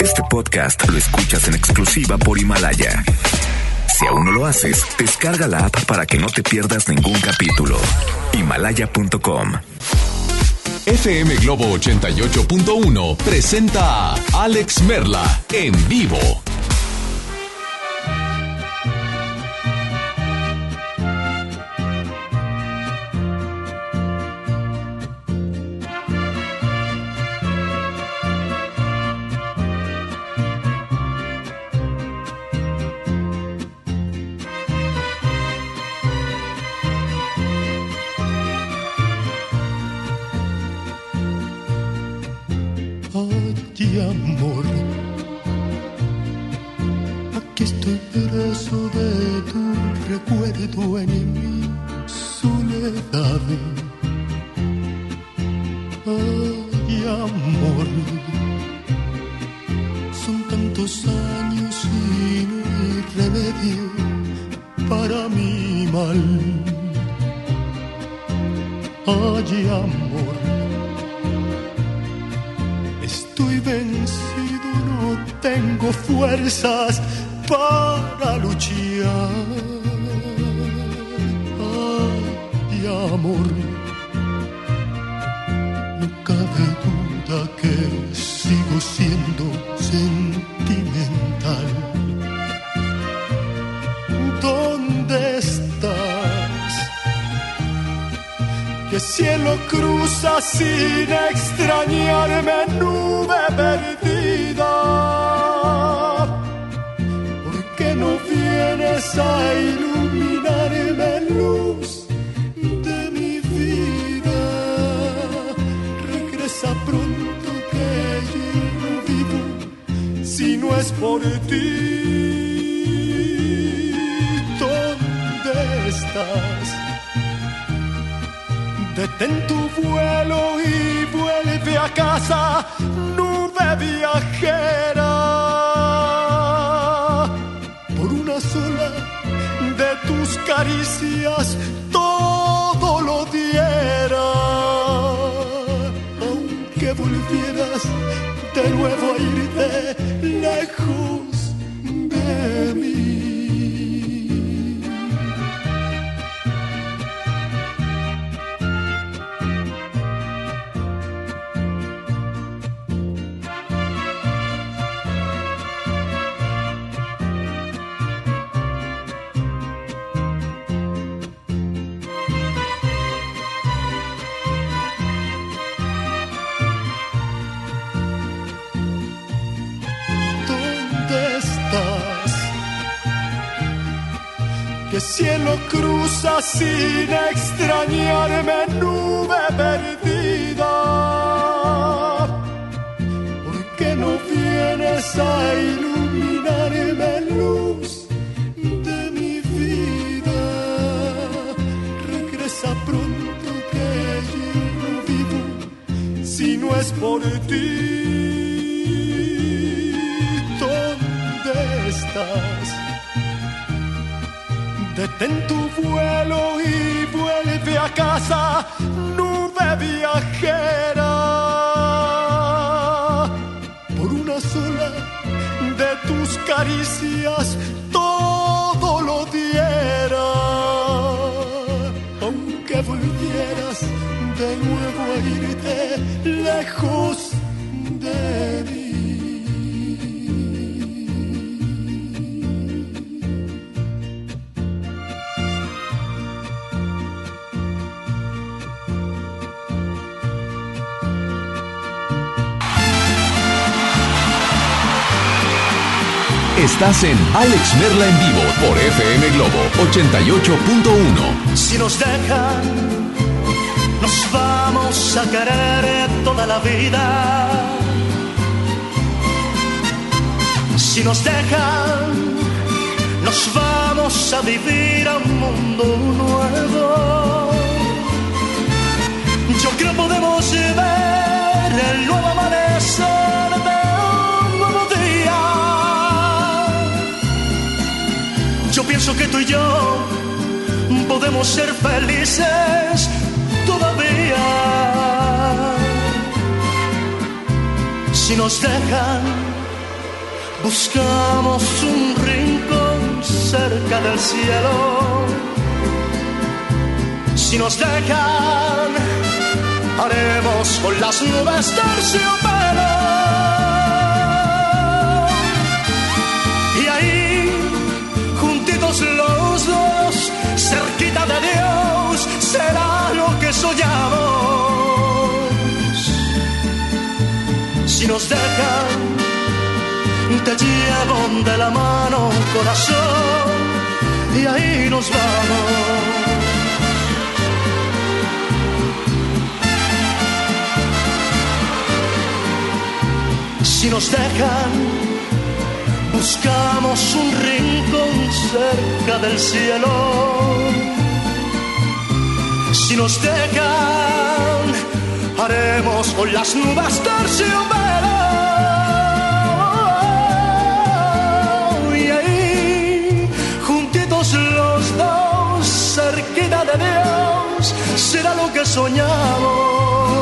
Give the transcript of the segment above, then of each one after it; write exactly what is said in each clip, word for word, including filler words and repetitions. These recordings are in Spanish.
Este podcast lo escuchas en exclusiva por Himalaya. Si aún no lo haces, descarga la app para que no te pierdas ningún capítulo. Himalaya punto com. F M Globo ochenta y ocho punto uno presenta a Alex Merla en vivo. Amor, aquí estoy preso de tu recuerdo en mi soledad. Ay, amor, son tantos años y no hay remedio para mi mal. Ay, amor, estoy vencido, no tengo fuerzas para luchar. Ay, amor, no cabe duda que sigo siendo sentimental. ¿Dónde estás? Que cielo cruza sin extrañarme, nube perdida. ¿Por qué no vienes a iluminarme, luz de mi vida? Regresa pronto que yo no vivo si no es por ti. ¿Dónde estás? Detén tu vuelo y vuelve a casa, nube viajera. Por una sola de tus caricias todo lo diera. Aunque volvieras de nuevo a irte lejos de mí. Que cielo cruza sin extrañarme, nube perdida. ¿Por qué no vienes a iluminarme, luz de mi vida? Regresa pronto que yo no vivo si no es por ti. ¿Dónde estás? Detén tu vuelo y vuelve a casa, nube viajera. Por una sola de tus caricias todo lo diera. Aunque volvieras de nuevo a irte lejos de mí. Estás en Alex Merla en vivo por F M Globo ochenta y ocho punto uno. Si nos dejan, nos vamos a querer toda la vida. Si nos dejan, nos vamos a vivir a un mundo nuevo. Yo creo podemos ver el nuevo amanecer de un nuevo día. Yo pienso que tú y yo podemos ser felices todavía. Si nos dejan, buscamos un rincón cerca del cielo. Si nos dejan, haremos con las nubes terciopelo. Y ahí, juntitos los dos, cerquita de Dios, será lo que soñamos. Si nos dejan, te llevo de la mano, corazón, y ahí nos vamos. Si nos dejan, buscamos un rincón cerca del cielo. Si nos dejan, haremos con las nubes terciopelo. Y ahí, juntitos los dos, cerquita de Dios, será lo que soñamos.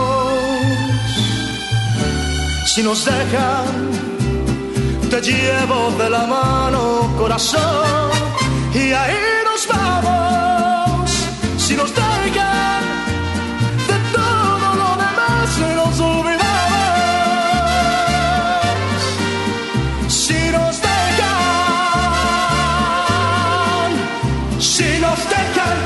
Si nos dejan, te llevo de la mano, corazón, y ahí nos vamos. Si nos dejan, de todo lo demás nos olvidamos. Si nos dejan, si nos dejan.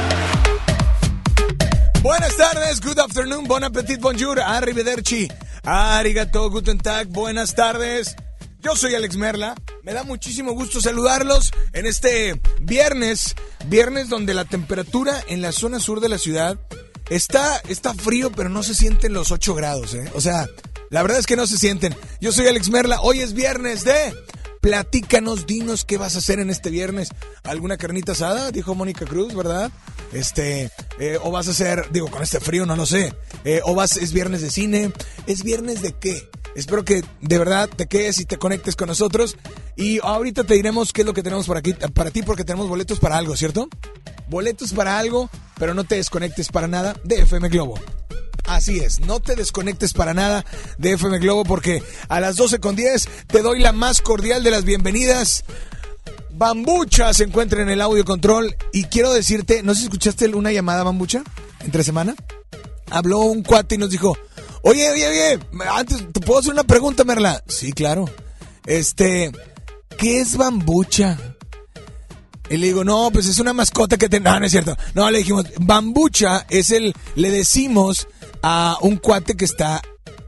Buenas tardes, good afternoon, bon appetit, bonjour, arrivederci, arigato, guten tag, buenas tardes. Yo soy Alex Merla, me da muchísimo gusto saludarlos en este viernes, viernes donde la temperatura en la zona sur de la ciudad está, está frío, pero no se sienten los ocho grados, ¿eh? O sea, la verdad es que no se sienten. Yo soy Alex Merla, hoy es viernes de... Platícanos, dinos qué vas a hacer en este viernes. ¿Alguna carnita asada? Dijo Mónica Cruz, ¿verdad? Este, eh, o vas a hacer, digo, con este frío, no lo sé. Eh, o vas, es viernes de cine. ¿Es viernes de qué? Espero que de verdad te quedes y te conectes con nosotros. Y ahorita te diremos qué es lo que tenemos por aquí, para ti, porque tenemos boletos para algo, ¿cierto? Boletos para algo, pero no te desconectes para nada de F M Globo. Así es, no te desconectes para nada de F M Globo, porque a las doce con diez te doy la más cordial de las bienvenidas. Bambucha se encuentra en el audio control y quiero decirte, ¿no sé si escuchaste una llamada, Bambucha, entre semana? Habló un cuate y nos dijo, oye, oye, oye, antes, ¿te puedo hacer una pregunta, Merla? Sí, claro. Este, ¿qué es Bambucha? Y le digo, no, pues es una mascota que te... No, no es cierto. No, le dijimos, Bambucha es el... Le decimos a un cuate que está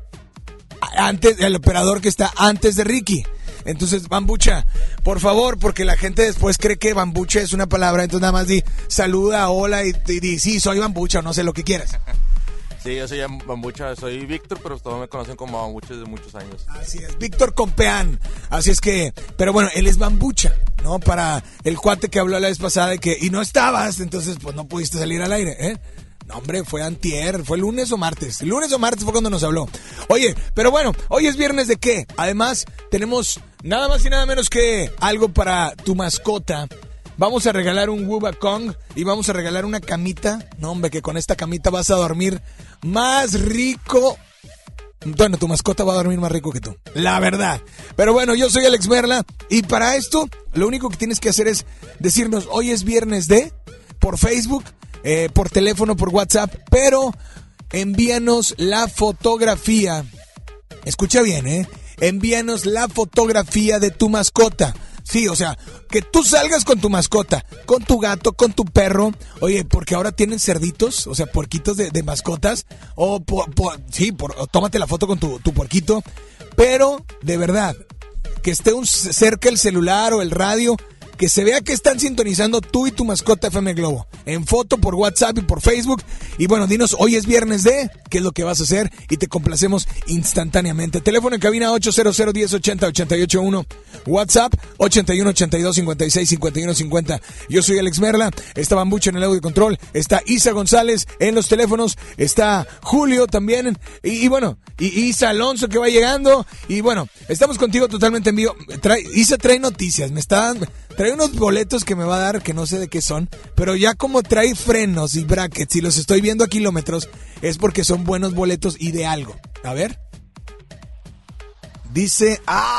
antes, el operador que está antes de Ricky. Entonces, Bambucha, por favor, porque la gente después cree que Bambucha es una palabra, entonces nada más di saluda, hola y di sí, soy Bambucha, o no sé lo que quieras. Sí, yo soy Bambucha, soy Víctor, pero todos me conocen como Bambucha desde muchos años. Así es, Víctor Compeán. Así es que, pero bueno, él es Bambucha, ¿no? Para el cuate que habló la vez pasada y que, y no estabas, entonces pues no pudiste salir al aire, ¿eh? No, hombre, fue antier, fue lunes o martes. Lunes o martes fue cuando nos habló. Oye, pero bueno, hoy es viernes de qué. Además, tenemos nada más y nada menos que algo para tu mascota. Vamos a regalar un Wubacong y vamos a regalar una camita. No, hombre, que con esta camita vas a dormir más rico. Bueno, tu mascota va a dormir más rico que tú, la verdad. Pero bueno, yo soy Alex Merla y para esto lo único que tienes que hacer es decirnos, hoy es viernes de, por Facebook, eh, por teléfono, por WhatsApp, pero envíanos la fotografía. Escucha bien, ¿eh? Envíanos la fotografía de tu mascota. Sí, o sea, que tú salgas con tu mascota, con tu gato, con tu perro. Oye, porque ahora tienen cerditos, o sea, puerquitos de, de mascotas. O, por, por, sí, por, o tómate la foto con tu, tu puerquito. Pero, de verdad, que esté un, cerca el celular o el radio, que se vea que están sintonizando tú y tu mascota F M Globo. En foto, por WhatsApp y por Facebook. Y bueno, dinos, hoy es viernes de, ¿qué es lo que vas a hacer? Y te complacemos instantáneamente. Teléfono en cabina ocho cero cero, diez ochenta, ochenta y ocho uno. WhatsApp ochenta y uno, ochenta y dos, cincuenta y seis, cincuenta y uno, cincuenta. Yo soy Alex Merla. Está Bambucha en el audio control. Está Isa González en los teléfonos. Está Julio también. Y, y bueno, y Isa Alonso que va llegando. Y bueno, estamos contigo totalmente en vivo. Trae, Isa trae noticias. Me está dando... Trae unos boletos que me va a dar que no sé de qué son, pero ya como trae frenos y brackets y los estoy viendo a kilómetros, es porque son buenos boletos y de algo. A ver. Dice... ¡Ah!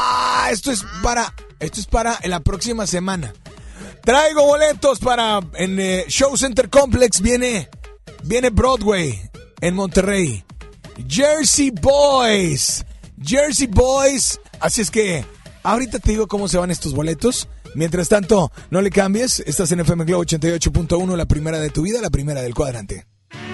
Ah, esto es para, esto es para la próxima semana. Traigo boletos para en eh, Show Center Complex. Viene, viene Broadway en Monterrey. Jersey Boys, Jersey Boys. Así es que ahorita te digo cómo se van estos boletos. Mientras tanto, no le cambies. Estás en F M Globo ochenta y ocho punto uno, la primera de tu vida, la primera del cuadrante.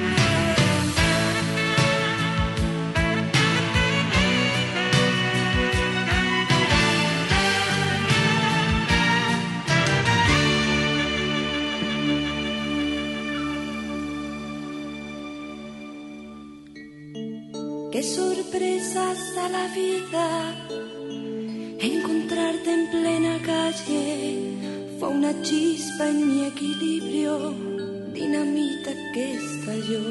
Qué sorpresas da la vida, encontrarte en plena calle fue una chispa en mi equilibrio, dinamita que estalló.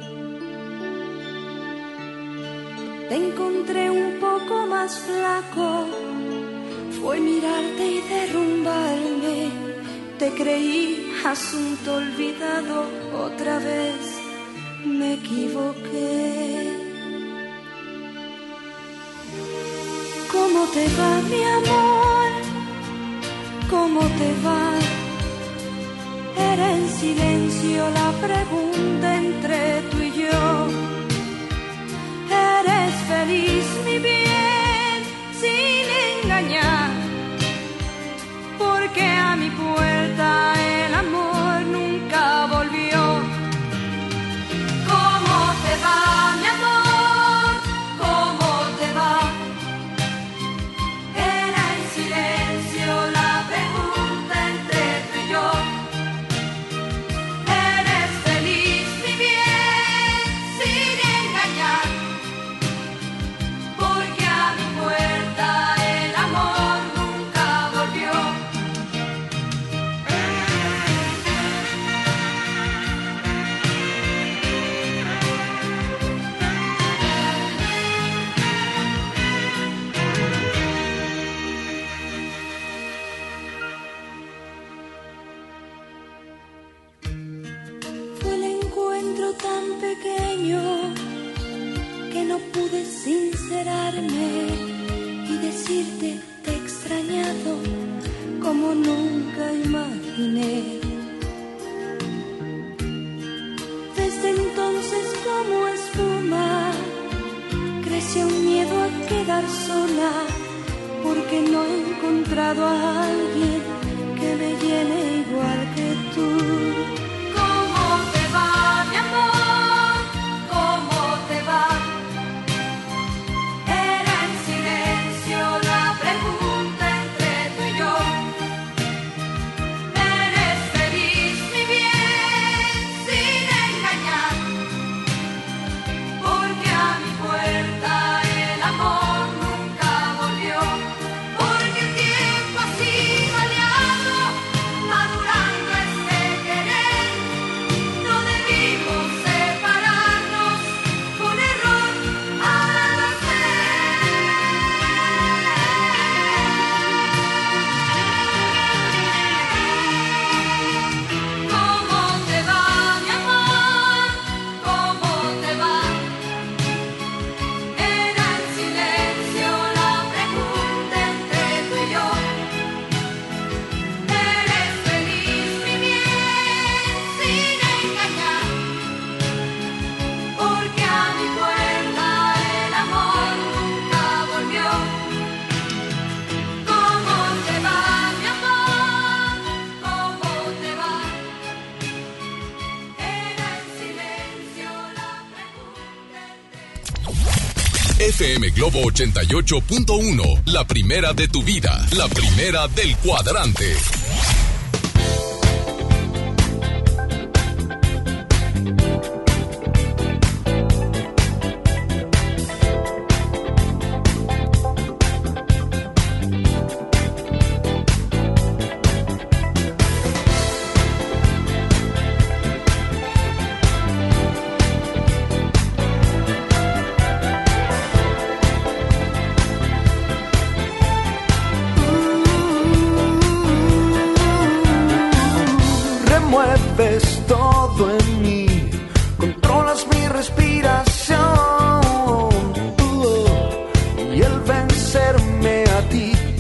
Te encontré un poco más flaco, fue mirarte y derrumbarme, te creí asunto olvidado, otra vez me equivoqué. ¿Cómo te va, mi amor? ¿Cómo te va? Era en silencio la pregunta entre tú y yo. ¿Eres feliz, mi bien, sin engañar? Porque a mi puerta el amor nunca volvió. ¿Cómo te va, mi amor? Pude sincerarme y decirte te he extrañado como nunca imaginé. Desde entonces como espuma creció un miedo a quedar sola, porque no he encontrado a alguien que me llene igual que tú. ¿Cómo te va, mi amor? ¿Cómo te va? F M Globo ochenta y ocho punto uno, la primera de tu vida, la primera del cuadrante. Ves todo en mí, controlas mi respiración, uh, y el vencerme a ti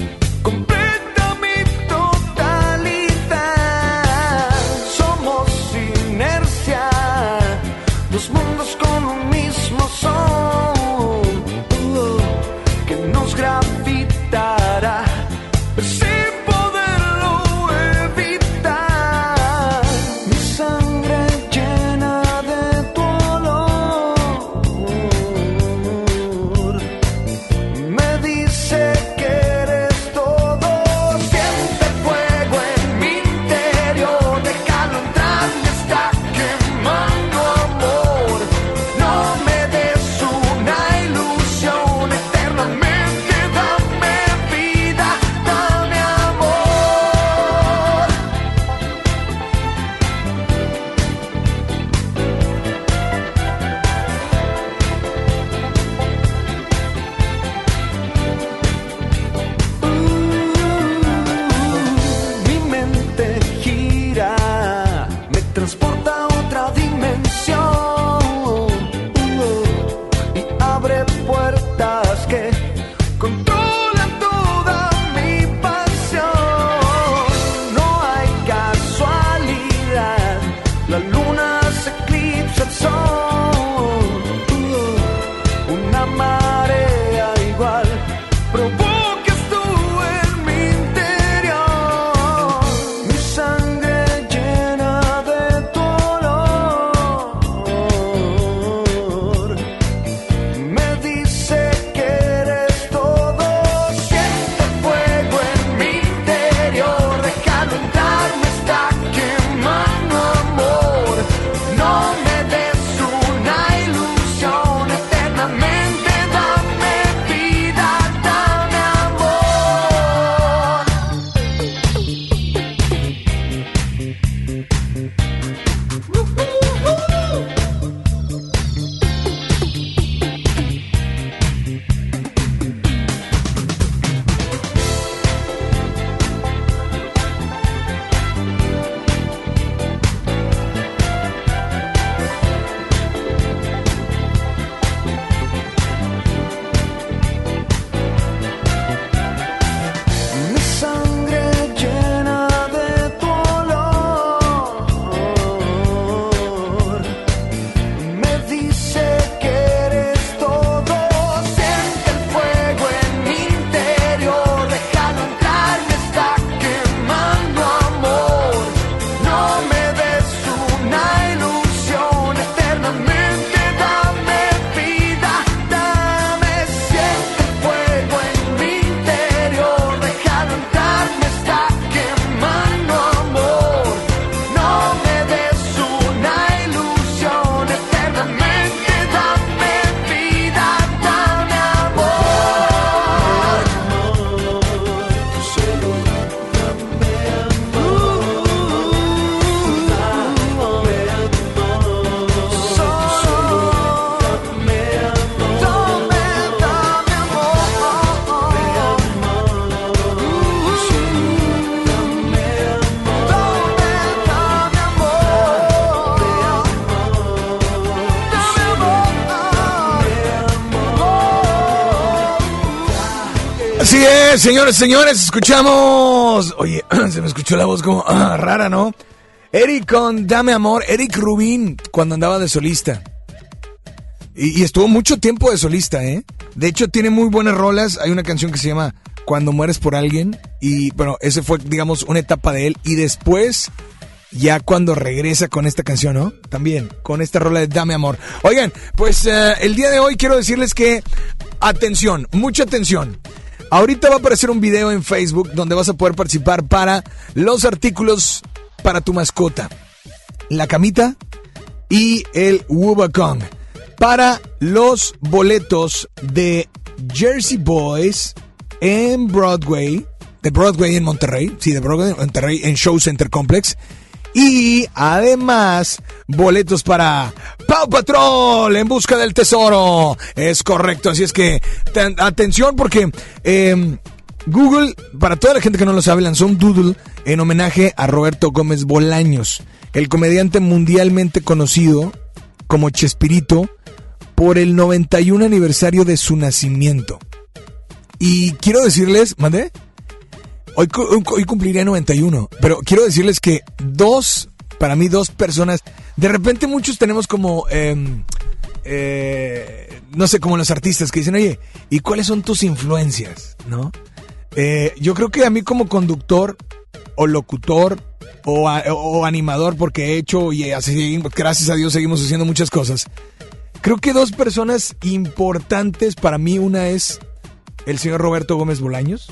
Así es, señores, señores, escuchamos. Oye, se me escuchó la voz como ah, rara, ¿no? Eric con Dame Amor, Eric Rubin, cuando andaba de solista. Y, y estuvo mucho tiempo de solista, ¿eh? De hecho, tiene muy buenas rolas. Hay una canción que se llama Cuando mueres por alguien. Y bueno, ese fue, digamos, una etapa de él. Y después, ya cuando regresa con esta canción, ¿no? También, con esta rola de Dame Amor. Oigan, pues uh, el día de hoy quiero decirles que, atención, mucha atención. Ahorita va a aparecer un video en Facebook donde vas a poder participar para los artículos para tu mascota. La camita y el Wubacong. Para los boletos de Jersey Boys en Broadway. De Broadway en Monterrey. Sí, de Broadway en Monterrey en Show Center Complex. Y además, boletos para Paw Patrol en busca del tesoro. Es correcto, así es que ten, atención porque eh, Google, para toda la gente que no lo sabe, lanzó un doodle en homenaje a Roberto Gómez Bolaños, el comediante mundialmente conocido como Chespirito, por el noventa y un aniversario de su nacimiento. Y quiero decirles, ¿mandé? Hoy, hoy cumpliría noventa y uno, pero quiero decirles que dos, para mí dos personas, de repente muchos tenemos como, eh, eh, no sé, como los artistas que dicen, oye, ¿y cuáles son tus influencias? ¿No? Eh, yo creo que a mí como conductor o locutor o, a, o animador, porque he hecho y así, gracias a Dios seguimos haciendo muchas cosas, creo que dos personas importantes para mí, una es el señor Roberto Gómez Bolaños,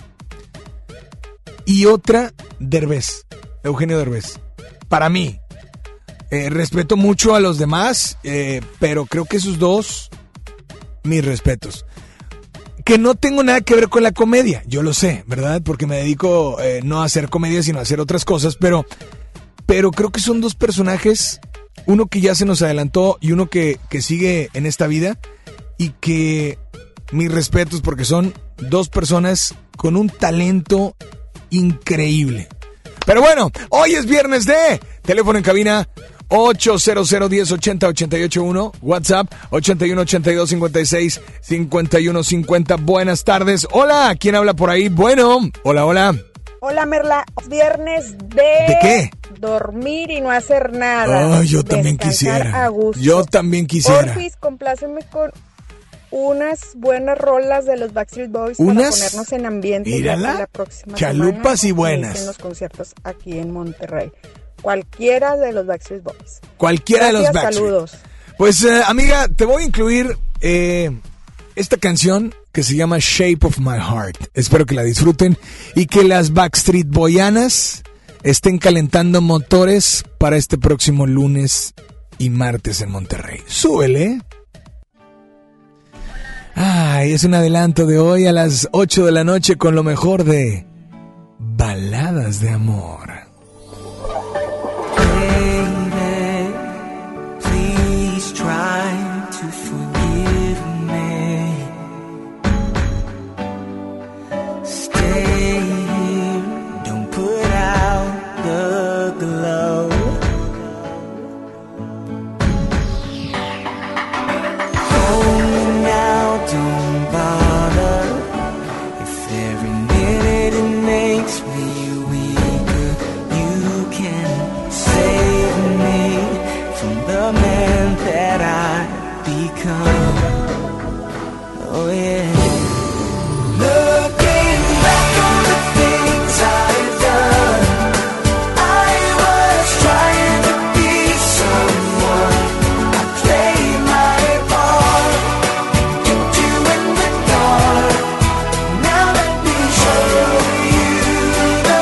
y otra, Derbez, Eugenio Derbez. Para mí, eh, respeto mucho a los demás, eh, pero creo que esos dos, mis respetos. Que no tengo nada que ver con la comedia, yo lo sé, ¿verdad? Porque me dedico eh, no a hacer comedia, sino a hacer otras cosas, pero, pero creo que son dos personajes, uno que ya se nos adelantó y uno que, que sigue en esta vida, y que mis respetos porque son dos personas con un talento increíble. Pero bueno, hoy es viernes de teléfono en cabina ocho cero cero, diez ochenta, ochenta y ocho uno, WhatsApp ochenta y uno, ochenta y dos, cincuenta y seis, cincuenta y uno, cincuenta. Buenas tardes. Hola, ¿quién habla por ahí? Bueno, hola, hola. Hola, Merla. Viernes de... ¿De qué? Dormir y no hacer nada. Ay, yo también quisiera. A gusto. Yo también quisiera. Porfis, compláceme con unas buenas rolas de los Backstreet Boys. ¿Unas? Para ponernos en ambiente. Mírala, la próxima chalupas semana, y buenas. En los conciertos aquí en Monterrey. Cualquiera de los Backstreet Boys. Cualquiera Gracias, de los Backstreet. Saludos. Pues, eh, amiga, te voy a incluir eh, esta canción que se llama Shape of My Heart. Espero que la disfruten y que las Backstreet Boyanas estén calentando motores para este próximo lunes y martes en Monterrey. Súbele. Ay, es un adelanto de hoy a las ocho de la noche con lo mejor de Baladas de Amor. Baby, please try to forgive me. Stay here, don't put out the glow. Hold me now, don't bother. If every minute it makes me weaker, you can save me from the man that I become. Oh yeah. Looking back on the things I've done, I was trying to be someone. I played my part, kept you in the dark. Now let me show you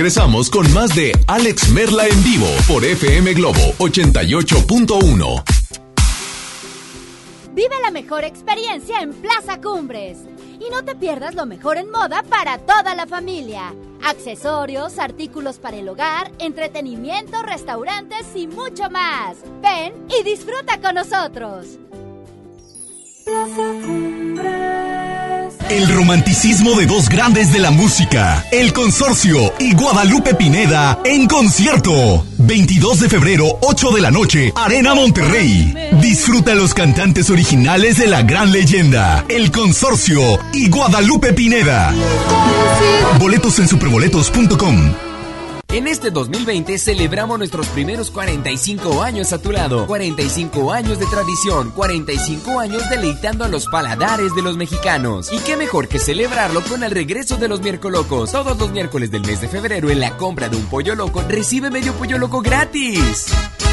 regresamos con más de Alex Merla en vivo por F M Globo ochenta y ocho punto uno. Vive la mejor experiencia en Plaza Cumbres. Y no te pierdas lo mejor en moda para toda la familia. Accesorios, artículos para el hogar, entretenimiento, restaurantes y mucho más. Ven y disfruta con nosotros. Plaza Cumbres. El romanticismo de dos grandes de la música, El Consorcio y Guadalupe Pineda en concierto. veintidós de febrero, ocho de la noche, Arena Monterrey. Disfruta los cantantes originales de la gran leyenda, El Consorcio y Guadalupe Pineda. Boletos en superboletos punto com. En este dos mil veinte celebramos nuestros primeros cuarenta y cinco años a tu lado. cuarenta y cinco años de tradición, cuarenta y cinco años deleitando a los paladares de los mexicanos. Y qué mejor que celebrarlo con el regreso de los Miercolocos. Todos los miércoles del mes de febrero, en la compra de un pollo loco, recibe medio pollo loco gratis.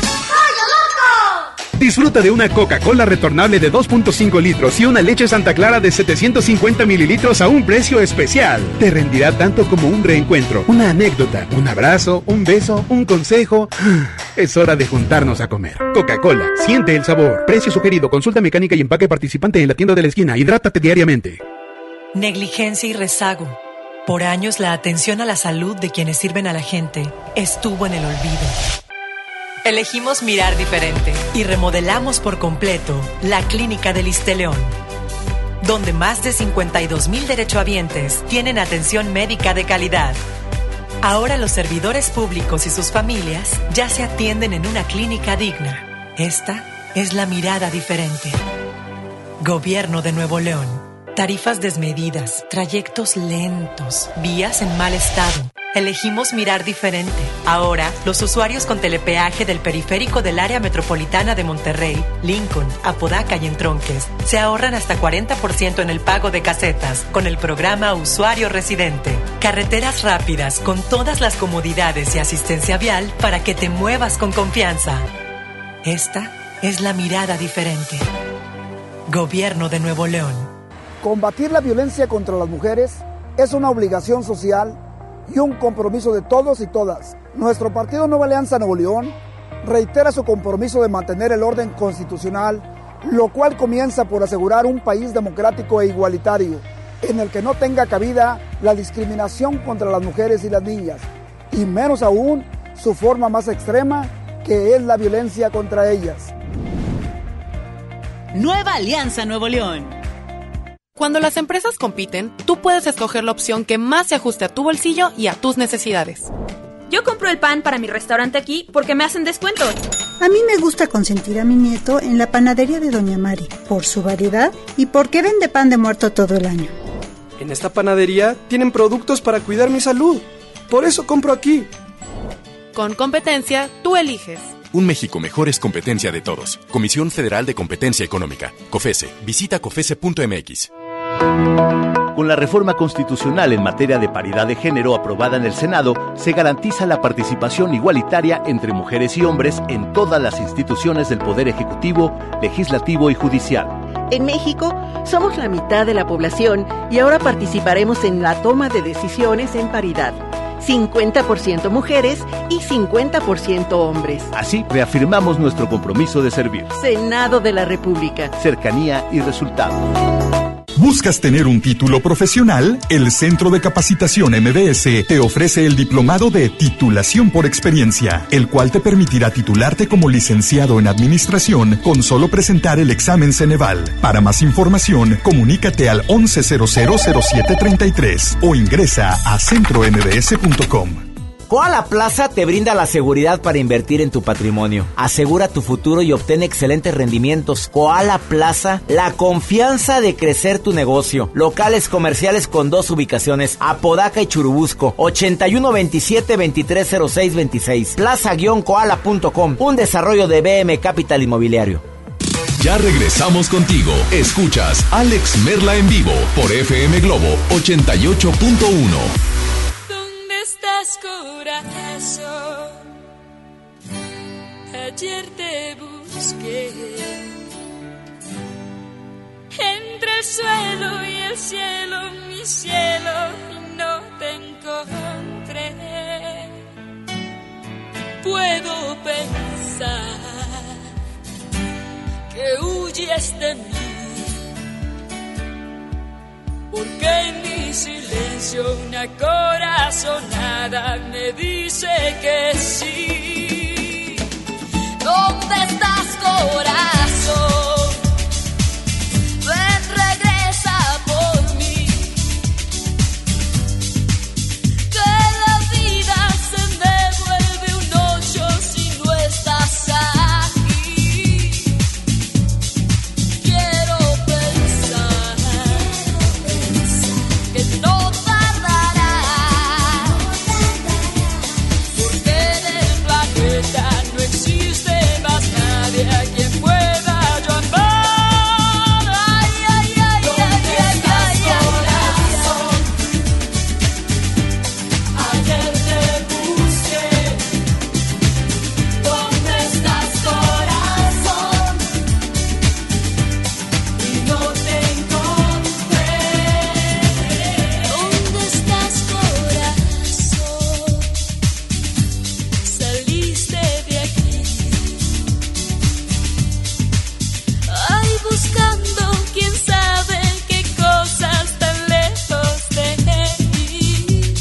Disfruta de una Coca-Cola retornable de dos punto cinco litros y una leche Santa Clara de setecientos cincuenta mililitros a un precio especial. Te rendirá tanto como un reencuentro, una anécdota, un abrazo, un beso, un consejo. Es hora de juntarnos a comer. Coca-Cola, siente el sabor. Precio sugerido, consulta mecánica y empaque participante en la tienda de la esquina. Hidrátate diariamente. Negligencia y rezago. Por años la atención a la salud de quienes sirven a la gente estuvo en el olvido. Elegimos mirar diferente y remodelamos por completo la Clínica del Issste-León, donde más de cincuenta y dos mil derechohabientes tienen atención médica de calidad. Ahora los servidores públicos y sus familias ya se atienden en una clínica digna. Esta es la mirada diferente. Gobierno de Nuevo León. Tarifas desmedidas, trayectos lentos, vías en mal estado. Elegimos mirar diferente. Ahora, los usuarios con telepeaje del periférico del área metropolitana de Monterrey, Lincoln, Apodaca y Entronques se ahorran hasta cuarenta por ciento en el pago de casetas con el programa Usuario Residente. Carreteras rápidas con todas las comodidades y asistencia vial para que te muevas con confianza. Esta es la mirada diferente. Gobierno de Nuevo León. Combatir la violencia contra las mujeres es una obligación social y un compromiso de todos y todas. Nuestro partido Nueva Alianza Nuevo León reitera su compromiso de mantener el orden constitucional, lo cual comienza por asegurar un país democrático e igualitario, en el que no tenga cabida la discriminación contra las mujeres y las niñas, y menos aún su forma más extrema, que es la violencia contra ellas. Nueva Alianza Nuevo León. Cuando las empresas compiten, tú puedes escoger la opción que más se ajuste a tu bolsillo y a tus necesidades. Yo compro el pan para mi restaurante aquí porque me hacen descuento. A mí me gusta consentir a mi nieto en la panadería de Doña Mari, por su variedad y porque vende pan de muerto todo el año. En esta panadería tienen productos para cuidar mi salud. Por eso compro aquí. Con competencia, tú eliges. Un México mejor es competencia de todos. Comisión Federal de Competencia Económica. COFESE. Visita cofese punto m x. Con la reforma constitucional en materia de paridad de género aprobada en el Senado, se garantiza la participación igualitaria entre mujeres y hombres en todas las instituciones del Poder Ejecutivo, Legislativo y Judicial. En México, somos la mitad de la población y ahora participaremos en la toma de decisiones en paridad. cincuenta por ciento mujeres y cincuenta por ciento hombres. Así reafirmamos nuestro compromiso de servir. Senado de la República. Cercanía y resultado. ¿Buscas tener un título profesional? El Centro de Capacitación M B S te ofrece el diplomado de titulación por experiencia, el cual te permitirá titularte como licenciado en administración con solo presentar el examen Ceneval. Para más información, comunícate al once cero cero cero siete treinta y tres o ingresa a centro m b s punto com. Koala Plaza te brinda la seguridad para invertir en tu patrimonio. Asegura tu futuro y obtén excelentes rendimientos. Koala Plaza, la confianza de crecer tu negocio. Locales comerciales con dos ubicaciones, Apodaca y Churubusco, ochenta y uno veintisiete veintitrés cero seis veintiséis. plaza guion koala punto com, un desarrollo de B M Capital Inmobiliario. Ya regresamos contigo. Escuchas Alex Merla en vivo por F M Globo ochenta y ocho punto uno. Corazón, ayer te busqué entre el suelo y el cielo, mi cielo, y no te encontré. pensar que huyes de mí, porque en mi silencio una corazonada me dice que sí. ¿Dónde estás, corazón? Ven, regresa por mí, que la vida se me vuelve un ocho si no estás aquí. Quiero pensar que no tardará, porque en el planeta no existe más nadie a quien pueda yo amar. Ay, ay, ay, ay, ay, ay, ay, corazón. Ayer te busqué. ¿Dónde estás, corazón? Y no te encontré. ¿Dónde estás, corazón? Saliste de aquí. Ay, buscando quién sabe qué cosas tan lejos de mí.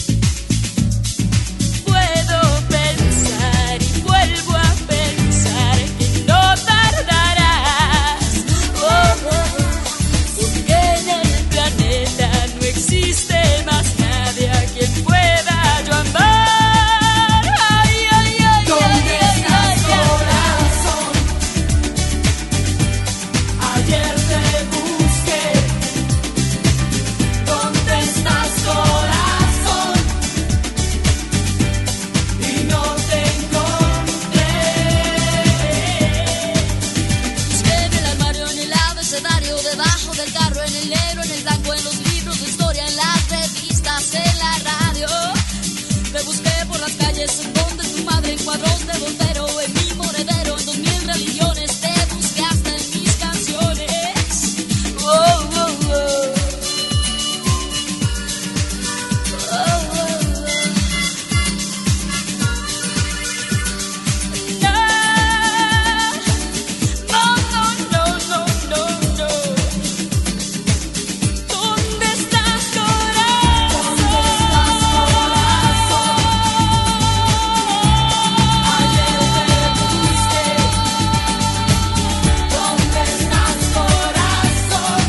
Puedo pensar y vuelvo a pensar que no tardarás. Oh, oh, porque en el planeta no existe más nadie a quien pueda yo amar. Ay, ay, ay, ¿Dónde ay, ay, estás, ay, ay. corazón? Ayer te busqué. ¿Dónde estás, corazón? Y no te encontré. Busqué en el armario, en el abecedario, debajo del carro, en el negro, en el blanco, en los libros de historia, en las revistas, en la radio. Te busqué por las calles, en donde tu madre, en cuadros de Voltaire, en mi monedero, en dos mil religiones. Te busqué hasta en mis canciones. Oh, oh, oh. Oh, oh, oh. No, no, no, no, no, no. ¿Dónde estás, corazón? Ayer te busqué. ¿Dónde estás, corazón?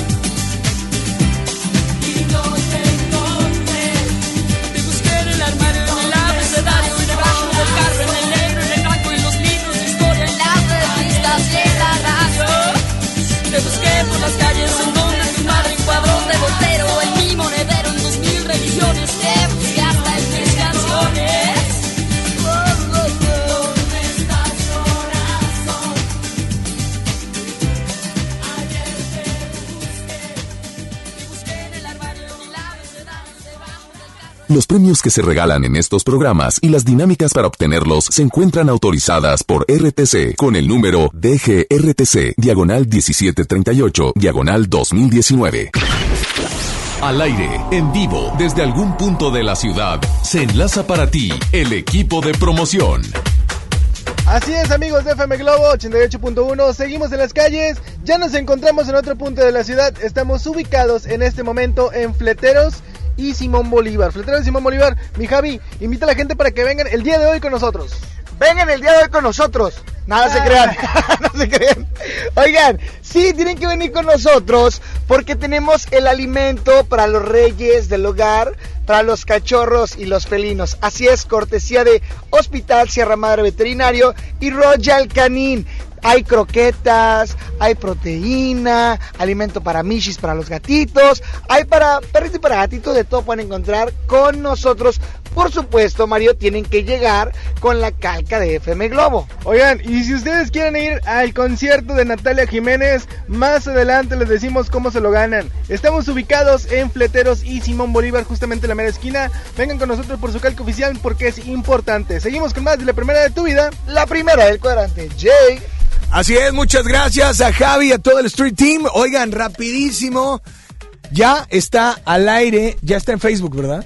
Y no te encontré. Te busqué en el armario, en el abecedario, y debajo del carro, en el negro, en el blanco, en los libros de historia, en las revistas y en la radio. Te busqué por las calles, en donde tu madre, en cuadros de Voltaire, en mi monedero, en dos mil religiones. Te busqué hasta en mis canciones. Oh, oh, oh. ¿Dónde estás, corazón? Ayer te busqué. Te busqué en el armario, en el abecedario, debajo del carro. Los premios que se regalan en estos programas y las dinámicas para obtenerlos se encuentran autorizadas por R T C con el número D G R T C, diagonal diecisiete treinta y ocho, diagonal dos mil diecinueve. Al aire, en vivo, desde algún punto de la ciudad, se enlaza para ti el equipo de promoción. Así es, amigos de F M Globo ochenta y ocho punto uno, seguimos en las calles, ya nos encontramos en otro punto de la ciudad, estamos ubicados en este momento en Fleteros y Simón Bolívar. Fleteros y Simón Bolívar, mi Javi, invita a la gente para que vengan el día de hoy con nosotros. Vengan el día de hoy con nosotros. Nada se crean, no se crean. Oigan, sí, tienen que venir con nosotros porque tenemos el alimento para los reyes del hogar, para los cachorros y los felinos. Así es, cortesía de Hospital Sierra Madre Veterinario y Royal Canin. Hay croquetas, hay proteína, alimento para michis, para los gatitos, hay para perritos y para gatitos, de todo pueden encontrar con nosotros. Por supuesto, Mario, tienen que llegar con la calca de F M Globo. Oigan, y si ustedes quieren ir al concierto de Natalia Jiménez, más adelante les decimos cómo se lo ganan. Estamos ubicados en Fleteros y Simón Bolívar, justamente en la mera esquina. Vengan con nosotros por su calca oficial porque es importante. Seguimos con más de la primera de tu vida. La primera del cuadrante, Jay. Así es, muchas gracias a Javi y a todo el Street Team. Oigan, rapidísimo, ya está al aire, ya está en Facebook, ¿verdad?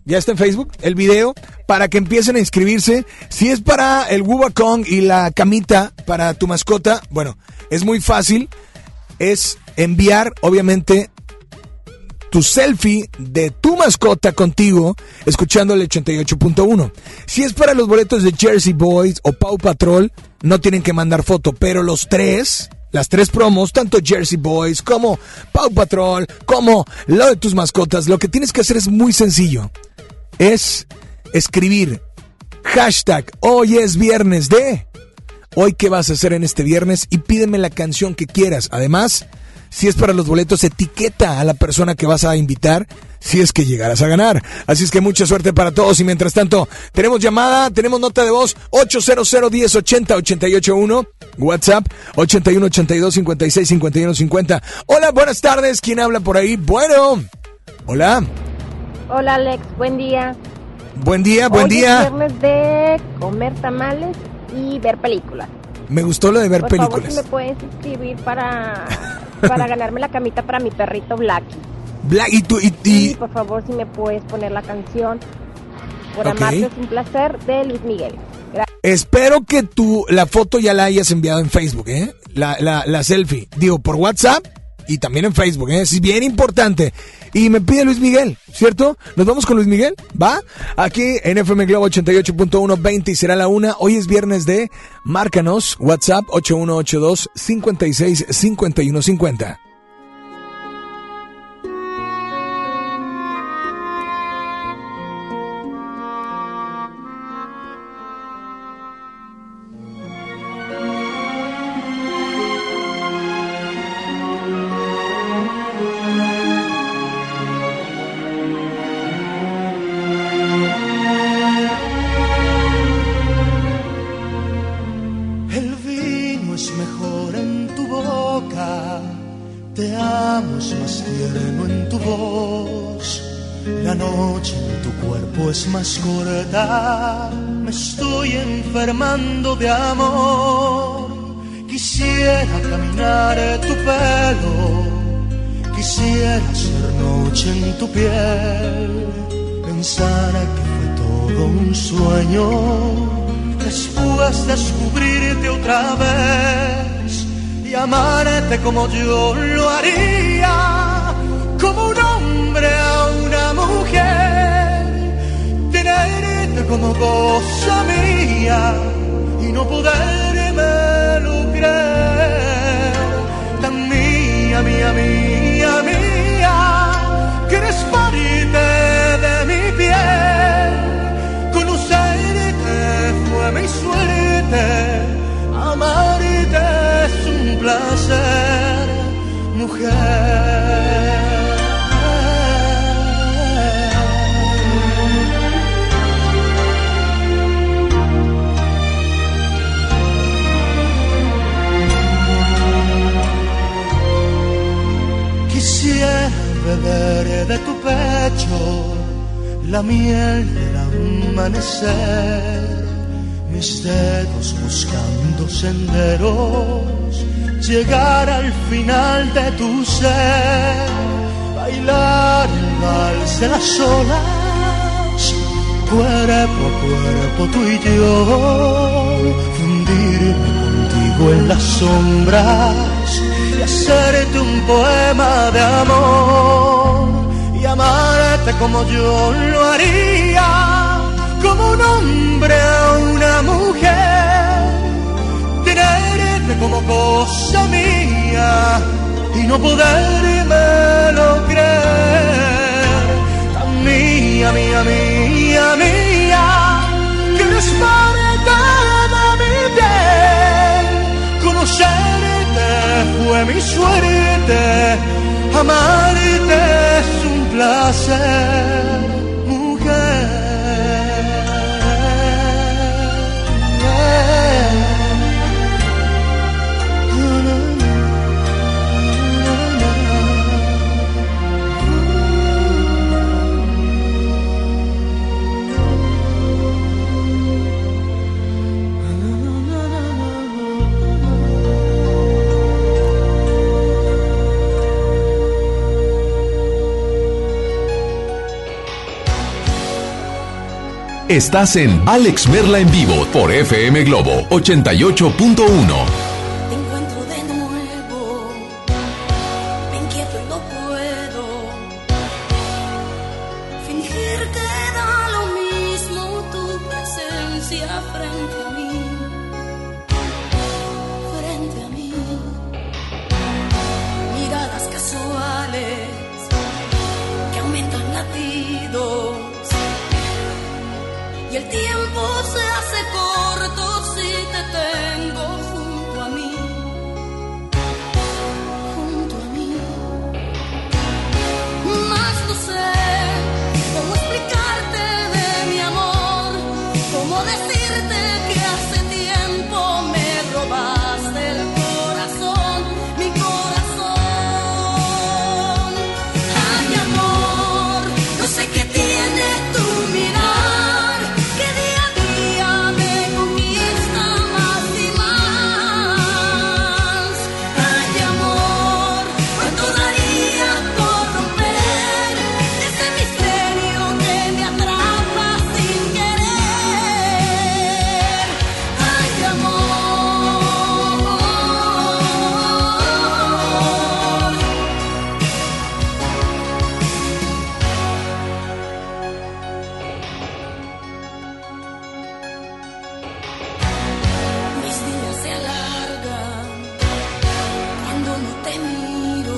Ya está en Facebook el video para que empiecen a inscribirse. Si es para el Wubacong y la camita para tu mascota, bueno, es muy fácil. Es enviar, obviamente, tu selfie de tu mascota contigo, escuchando el ochenta y ocho punto uno. Si es para los boletos de Jersey Boys o Paw Patrol, no tienen que mandar foto, pero los tres... Las tres promos, tanto Jersey Boys como Paw Patrol, como lo de tus mascotas, lo que tienes que hacer es muy sencillo. Es escribir hashtag hoy es viernes de... Hoy qué vas a hacer en este viernes y pídeme la canción que quieras. Además, si es para los boletos, etiqueta a la persona que vas a invitar si es que llegarás a ganar. Así es que mucha suerte para todos y mientras tanto, tenemos llamada, tenemos nota de voz ocho cero cero, uno cero, ochenta, ochenta y ocho uno, WhatsApp ochenta y uno, ochenta y dos, cincuenta y seis, cincuenta y uno, cincuenta. Hola, buenas tardes, ¿quién habla por ahí? Bueno, hola. Hola Alex, buen día. Buen día, buen Hoy día. Es viernes de comer tamales y ver películas. Me gustó lo de ver Por películas. favor, si me puedes inscribir para, para ganarme la camita para mi perrito Blacky. Black, y tú, y, y... Y por favor, si me puedes poner la canción Por Ok. amarte es un placer de Luis Miguel. Gracias. Espero que tú la foto ya la hayas enviado en Facebook, ¿eh? La, la, la selfie. Digo, por WhatsApp y también en Facebook, ¿eh? Es bien importante. Y me pide Luis Miguel, ¿cierto? ¿Nos vamos con Luis Miguel? ¿Va? Aquí en F M Globo ochenta y ocho punto uno, veinte y será la una. Hoy es viernes de Márcanos, WhatsApp ocho uno ocho dos, cincuenta y seis, cincuenta y uno, cincuenta. El vino es mejor en tu boca, te amo es más tierno en tu voz. La noche en tu cuerpo es más corta, me estoy enfermando de amor. Quisiera caminar tu pelo, quisiera ser noche en tu piel. Pensar que fue todo un sueño, después descubrirte otra vez y amarte como yo lo haría, como un hombre a una mujer, tenerte como cosa mía y no podérmelo creer, tan mía, mía, mía, mía, que eres parte de mi piel, conocerte fue mi suerte, amarte es un placer, mujer. Quisiera beber de tu pecho la miel del amanecer, mis dedos buscando senderos, llegar al final de tu ser, bailar el vals de las olas, cuerpo a cuerpo tú y yo, fundirme contigo en las sombras y hacerte un poema de amor y amarte como yo lo haría, como un hombre a una mujer, tenerte como cosa mía y no podérmelo creer, tan mía, mía, mía, mía, que eres parte de mi piel, conocerte fue mi suerte, amarte es un placer, mujer. Estás en Alex Merla en vivo por F M Globo ochenta y ocho punto uno. Te encuentro de nuevo, me inquieto y no puedo fingir que da lo mismo tu presencia frente a mí, frente a mí. Miradas casuales que aumentan latidos y el tiempo se hace corto si te tengo junto a mí, junto a mí. Más no sé cómo explicarte de mi amor, cómo decirte que hace tiempo me robaste el corazón, mi corazón. Ay, amor, no sé qué tiene tu mirar, que día a día me conquista más y más. Ay, amor, cuánto daría por romper ese misterio que me atrapa sin querer. Ay, amor. Mis días se alargan cuando no te miro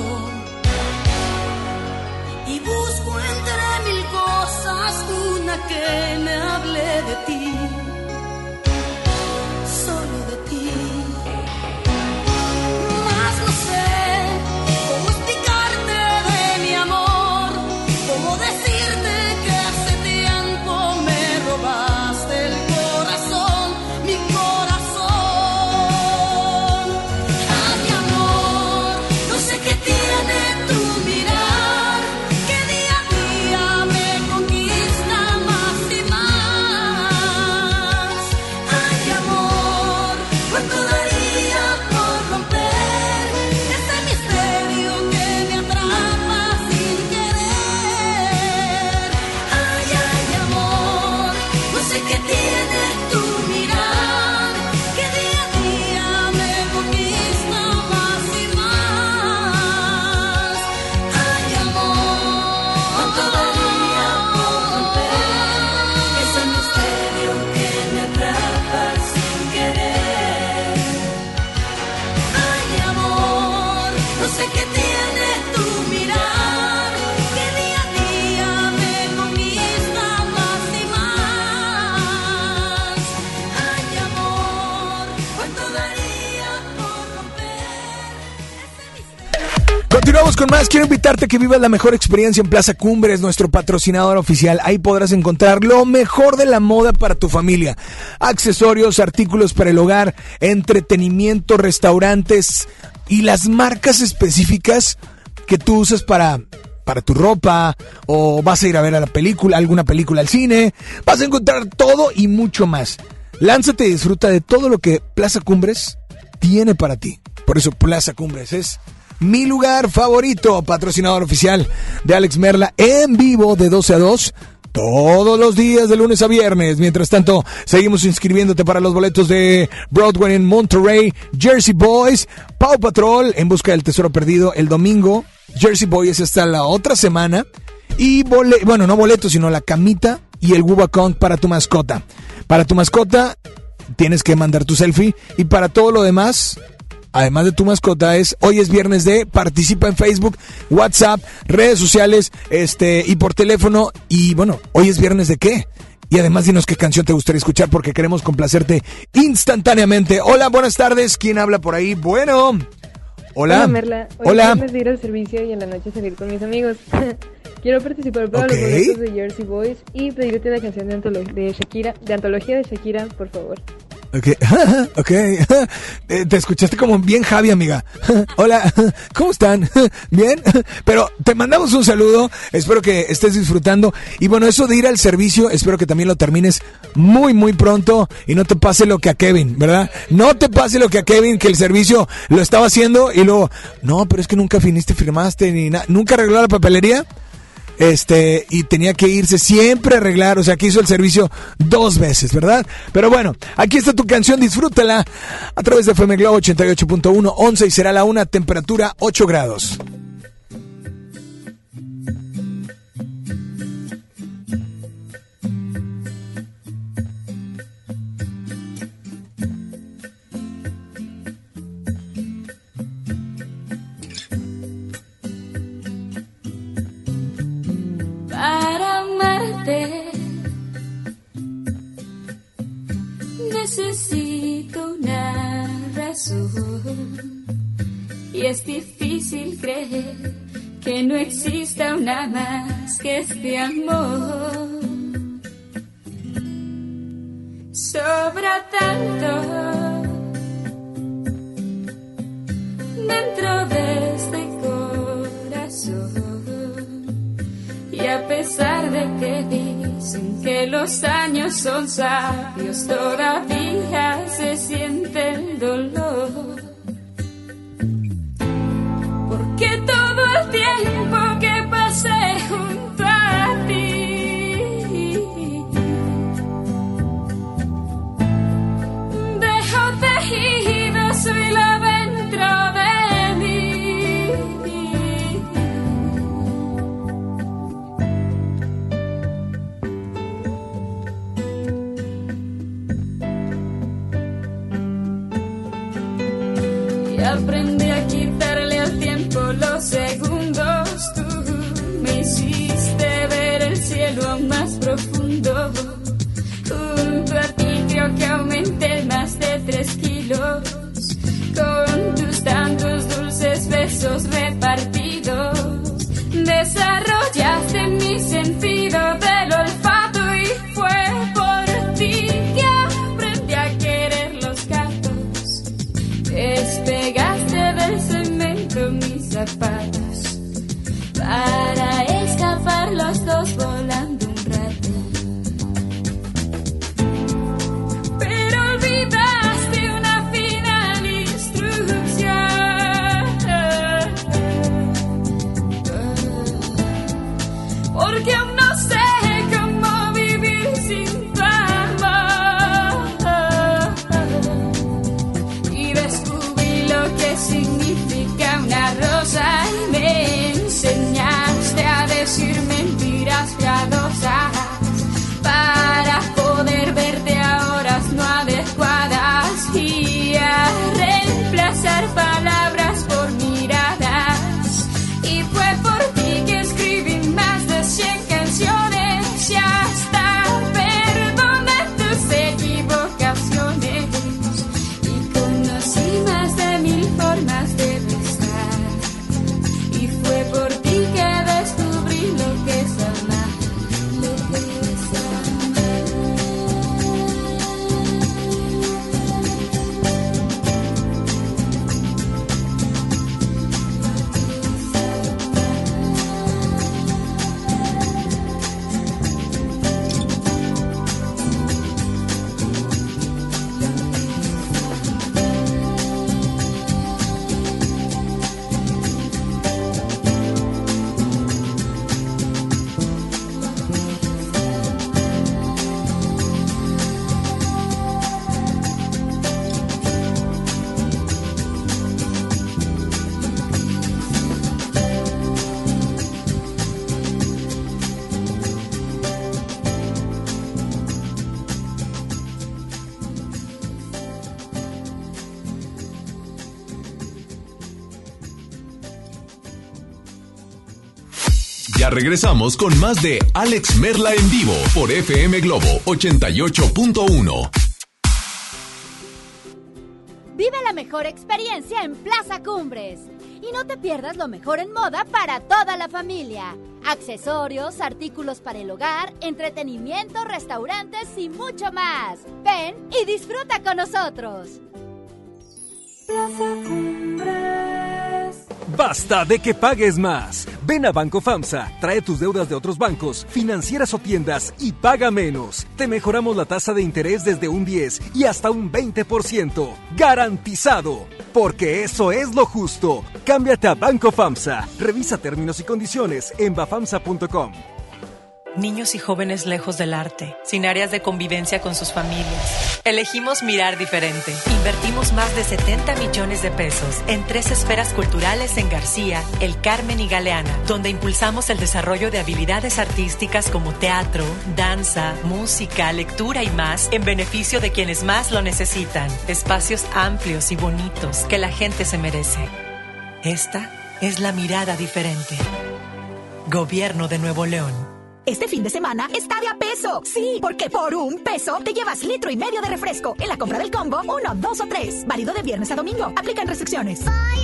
y busco entre mil cosas una que me hable de ti, solo de ti. Más no sé cómo explicarte de mi amor, cómo decirte que hace tiempo me robaste el corazón, mi corazón. Ay, amor, no sé qué tiene tu mirar, que día a día me conquista más y más. Ay, amor, cuánto daría por romper ese misterio que me atrapa sin querer. Ay, ay, amor, no sé qué tiene tu mirar, que día a día me conquista más y más. Ay, amor, cuánto daría por romper ese misterio que me atrapa sin querer. Ay, amor, no sé qué tiene tu mirar, que día a día me conquista más y más. Ay, amor, cuánto daría por romper ese misterio. Continuamos con más. Quiero invitarte a que vivas la mejor experiencia en Plaza Cumbres, nuestro patrocinador oficial. Ahí podrás encontrar lo mejor de la moda para tu familia. Accesorios, artículos para el hogar, entretenimiento, restaurantes y las marcas específicas que tú usas para, para tu ropa, o vas a ir a ver a la película, alguna película al cine. Vas a encontrar todo y mucho más. Lánzate y disfruta de todo lo que Plaza Cumbres tiene para ti. Por eso Plaza Cumbres es mi lugar favorito, patrocinador oficial de Alex Merla en vivo de doce a dos. Todos los días de lunes a viernes. Mientras tanto, seguimos inscribiéndote para los boletos de Broadway en Monterrey, Jersey Boys, Paw Patrol en busca del tesoro perdido el domingo. Jersey Boys hasta la otra semana. Y, bole- bueno, no boletos, sino la camita y el Wubacon para tu mascota. Para tu mascota tienes que mandar tu selfie. Y para todo lo demás, además de tu mascota, es hoy es viernes de participa en Facebook, WhatsApp, redes sociales, este y por teléfono. Y bueno, hoy es viernes de qué. Y además dinos qué canción te gustaría escuchar, porque queremos complacerte instantáneamente. Hola, buenas tardes. ¿Quién habla por ahí? Bueno. Hola. Hola, Merla. Hoy Hola. es viernes de ir al servicio y en la noche salir con mis amigos. Quiero participar para Ok. los boletos de Jersey Boys y pedirte la canción de, antolo- de Shakira, de antología de Shakira, por favor. Ok, ok. Eh, Te escuchaste como bien Javi, amiga. Hola, ¿cómo están? ¿Bien? Pero te mandamos un saludo, espero que estés disfrutando. Y bueno, eso de ir al servicio, espero que también lo termines muy, muy pronto y no te pase lo que a Kevin, ¿verdad? No te pase lo que a Kevin, que el servicio lo estaba haciendo y luego, no, pero es que nunca finiste, firmaste, ni nada, nunca arregló la papelería. este, y tenía que irse siempre a arreglar, o sea, que hizo el servicio dos veces, ¿verdad? Pero bueno, aquí está tu canción, disfrútala a través de F M Globo ochenta y ocho punto uno, once y será la una, temperatura ocho grados. Para amarte necesito una razón y es difícil creer que no exista una más que este amor. Sobra tanto dentro de este corazón. Y a pesar de que dicen que los años son sabios, todavía se siente el dolor. Porque todo el tiempo que pasé junto a ti dejó tejidos su hilo dentro de mí. Y aprendí a quitarle al tiempo los segundos. Tú me hiciste ver el cielo aún más profundo. Junto a ti creo que aumenté más de tres kilos. Con tus tantos dulces besos repartidos, desarrollaste mi sentido del olfato y fue por ti que aprendí a querer los gatos. Despegaste del cemento mis zapatos para escapar los dos volando un rato. Pero olvidaste una final instrucción. Porque aún no sé cómo vivir sin tu amor. Y descubrí lo que significa una rosa y me enseñaste a decir mentiras piadosas para poder verte a horas no adecuadas y a reemplazar palabras por miradas. Y fue por ti que escribí más de cien canciones y hasta perdoné tus equivocaciones. Y conocí más de mil formas de besar. Y fue por ti que descubrí lo que es amar, lo que es Ya regresamos con más de Alex Merla en vivo por F M Globo ochenta y ocho punto uno. Vive la mejor experiencia en Plaza Cumbres. Y no te pierdas lo mejor en moda para toda la familia. Accesorios, artículos para el hogar, entretenimiento, restaurantes y mucho más. Ven y disfruta con nosotros. Plaza Cumbres. Basta de que pagues más. Ven a Banco FAMSA, trae tus deudas de otros bancos, financieras o tiendas y paga menos. Te mejoramos la tasa de interés desde un diez y hasta un veinte por ciento. ¡Garantizado! Porque eso es lo justo. Cámbiate a Banco FAMSA. Revisa términos y condiciones en bafamsa punto com. Niños y jóvenes lejos del arte, sin áreas de convivencia con sus familias. Elegimos mirar diferente. Invertimos más de setenta millones de pesos en tres esferas culturales en García, El Carmen y Galeana, donde impulsamos el desarrollo de habilidades artísticas como teatro, danza, música, lectura y más, en beneficio de quienes más lo necesitan. Espacios amplios y bonitos que la gente se merece. Esta es la mirada diferente. Gobierno de Nuevo León. Este fin de semana está de a peso. Sí, porque por un peso te llevas litro y medio de refresco en la compra del combo uno, dos o tres. Válido de viernes a domingo. Aplican restricciones.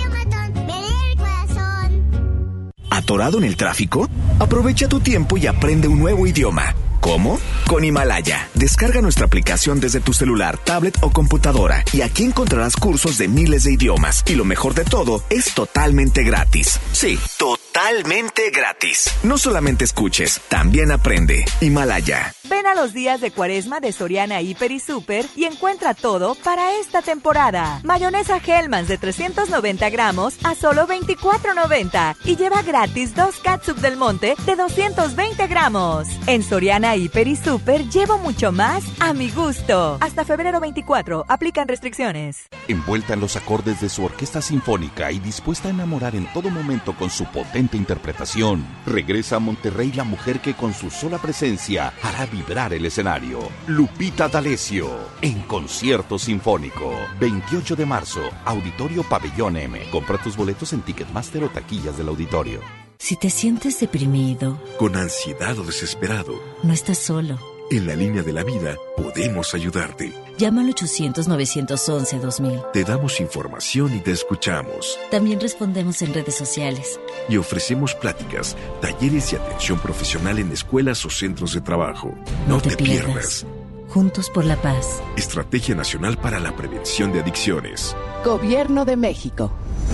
¿Atorado en el tráfico? Aprovecha tu tiempo y aprende un nuevo idioma. ¿Cómo? Con Himalaya. Descarga nuestra aplicación desde tu celular, tablet o computadora y aquí encontrarás cursos de miles de idiomas. Y lo mejor de todo, es totalmente gratis. Sí, totalmente gratis. No solamente escuches, también aprende. Himalaya. Ven a los días de Cuaresma de Soriana Hiper y Super y encuentra todo para esta temporada. Mayonesa Hellmann's de trescientos noventa gramos a solo veinticuatro noventa y lleva gratis dos catsup del monte de doscientos veinte gramos. En Soriana Hiper y Super llevo mucho más a mi gusto. Hasta febrero veinticuatro, aplican restricciones. Envuelta en los acordes de su orquesta sinfónica y dispuesta a enamorar en todo momento con su potente interpretación, regresa a Monterrey la mujer que con su sola presencia hará vibrar el escenario. Lupita D'Alessio, en concierto sinfónico. veintiocho de marzo, Auditorio Pabellón M. Compra tus boletos en Ticketmaster o taquillas del auditorio. Si te sientes deprimido, con ansiedad o desesperado, no estás solo. En la línea de la vida podemos ayudarte. Llama al ochocientos, novecientos once, dos mil. Te damos información y te escuchamos. También respondemos en redes sociales. Y ofrecemos pláticas, talleres y atención profesional en escuelas o centros de trabajo. No, no te, te pierdas. pierdas. Juntos por la paz. Estrategia Nacional para la Prevención de Adicciones. Gobierno de México.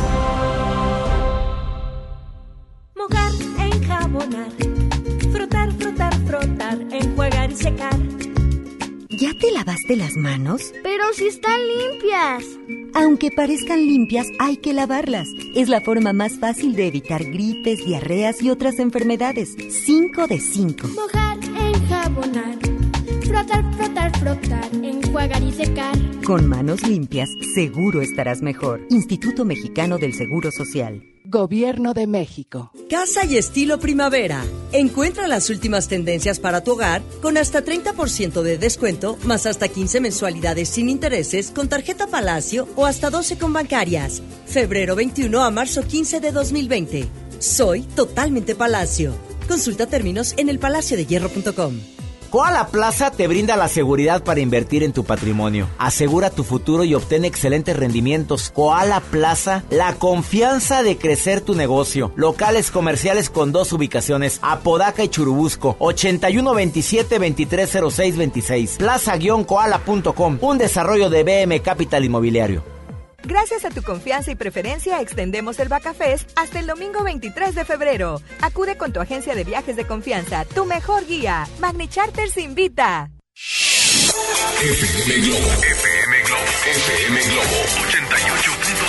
Mojar, enjabonar, frotar, frotar, frotar, enjuagar y secar. ¿Ya te lavaste las manos? Pero si están limpias. Aunque parezcan limpias, hay que lavarlas. Es la forma más fácil de evitar gripes, diarreas y otras enfermedades. Cinco de cinco. Mojar, enjabonar, frotar, frotar, frotar, enjuagar y secar. Con manos limpias, seguro estarás mejor. Instituto Mexicano del Seguro Social. Gobierno de México. Casa y estilo primavera. Encuentra las últimas tendencias para tu hogar con hasta treinta por ciento de descuento, más hasta quince mensualidades sin intereses con tarjeta Palacio o hasta doce con bancarias. Febrero veintiuno a marzo quince de dos mil veinte. Soy totalmente Palacio. Consulta términos en el palacio de hierro punto com. Koala Plaza te brinda la seguridad para invertir en tu patrimonio. Asegura tu futuro y obtén excelentes rendimientos. Koala Plaza, la confianza de crecer tu negocio. Locales comerciales con dos ubicaciones, Apodaca y Churubusco, ochenta y uno veintisiete, veintitrés cero seis veintiséis. plaza guion koala punto com, un desarrollo de B M Capital Inmobiliario. Gracias a tu confianza y preferencia, extendemos el Bacafest hasta el domingo veintitrés de febrero. Acude con tu agencia de viajes de confianza, tu mejor guía. Magni Charters invita. F M Globo, F M Globo, F M Globo, ochenta y ocho punto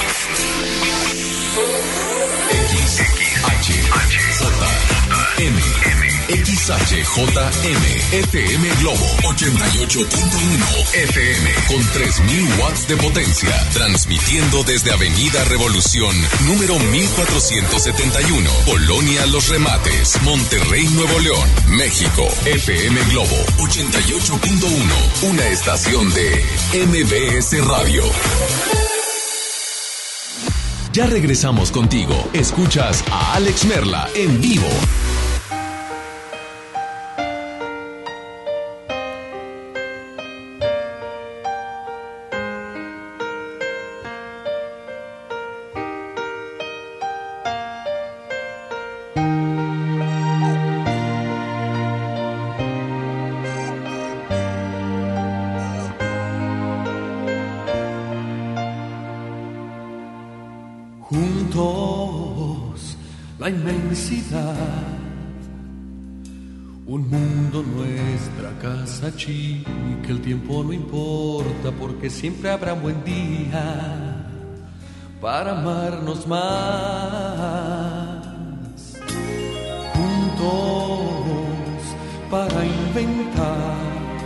uno. X, X, H, H, J, M, M, X, H, J, M, F M Globo, ochenta y ocho punto uno F M, con tres mil watts de potencia, transmitiendo desde Avenida Revolución, número mil cuatrocientos setenta y uno, Colonia Los Remates, Monterrey, Nuevo León, México. F M Globo, ochenta y ocho punto uno, una estación de M B S Radio. Ya regresamos contigo. Escuchas a Alex Merla en vivo. Juntos, la inmensidad, un mundo, nuestra casa chica, el tiempo no importa porque siempre habrá un buen día. para amarnos más. Juntos para inventar,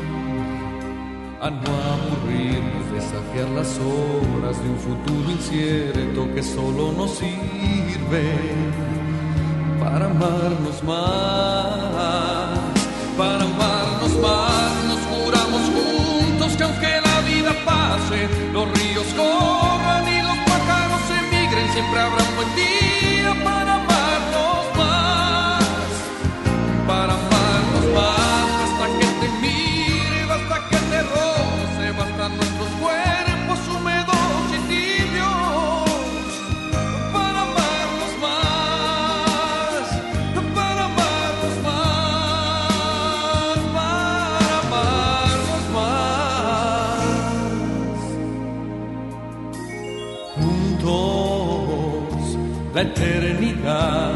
a no aburrirnos, desafiar las horas de un futuro incierto que solo nos sirve para amarnos más, para amarnos más. Nos juramos juntos que aunque la vida pase, los ríos corran y los pájaros emigren, siempre habrá un buen día para amarnos más, para amarnos más. Basta que te mire, basta que te roce, bastan nuestros cuerpos húmedos y tibios para amarnos más, para amarnos más, para amarnos más. Juntos la eternidad,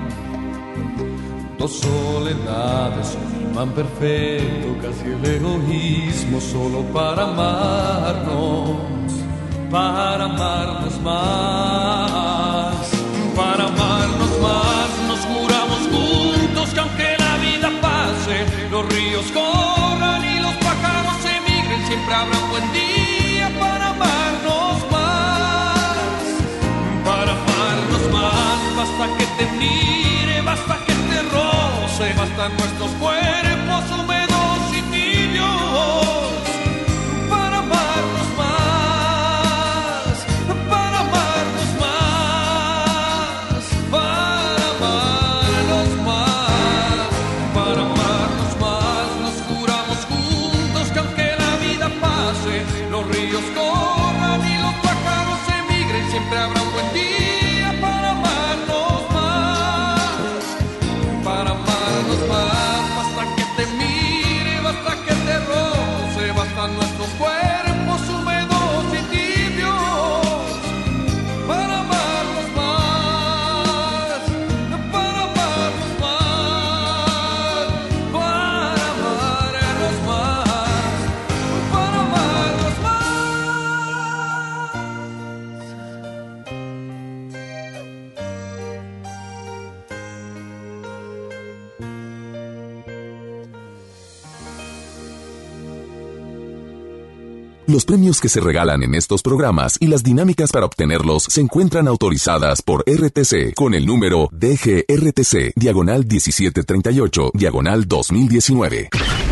dos soledades, un imán perfecto, casi el egoísmo, solo para amarnos, para amarnos más, para amarnos más. Nos juramos juntos que aunque la vida pase, los ríos corran y los pájaros emigren, siempre habrá un buen día para amarnos más, para amarnos más. Basta que te mire, basta que te roce, bastan nuestros cuerpos húmedos y tibios para amarnos más, para amarnos más, para amarnos más, para amarnos más. Nos juramos juntos que aunque la vida pase, los ríos corran y los pájaros emigren, siempre habrá un buen día para amarnos más, para amarnos más. Basta que te mire, basta que te roce, bastan nuestros cuerpos húmedos y tibios para amarnos más, para amarnos más, para amarnos más, para amarnos Los premios que se regalan en estos programas y las dinámicas para obtenerlos se encuentran autorizadas por R T C con el número D G R T C, diagonal diecisiete treinta y ocho, diagonal dos mil diecinueve.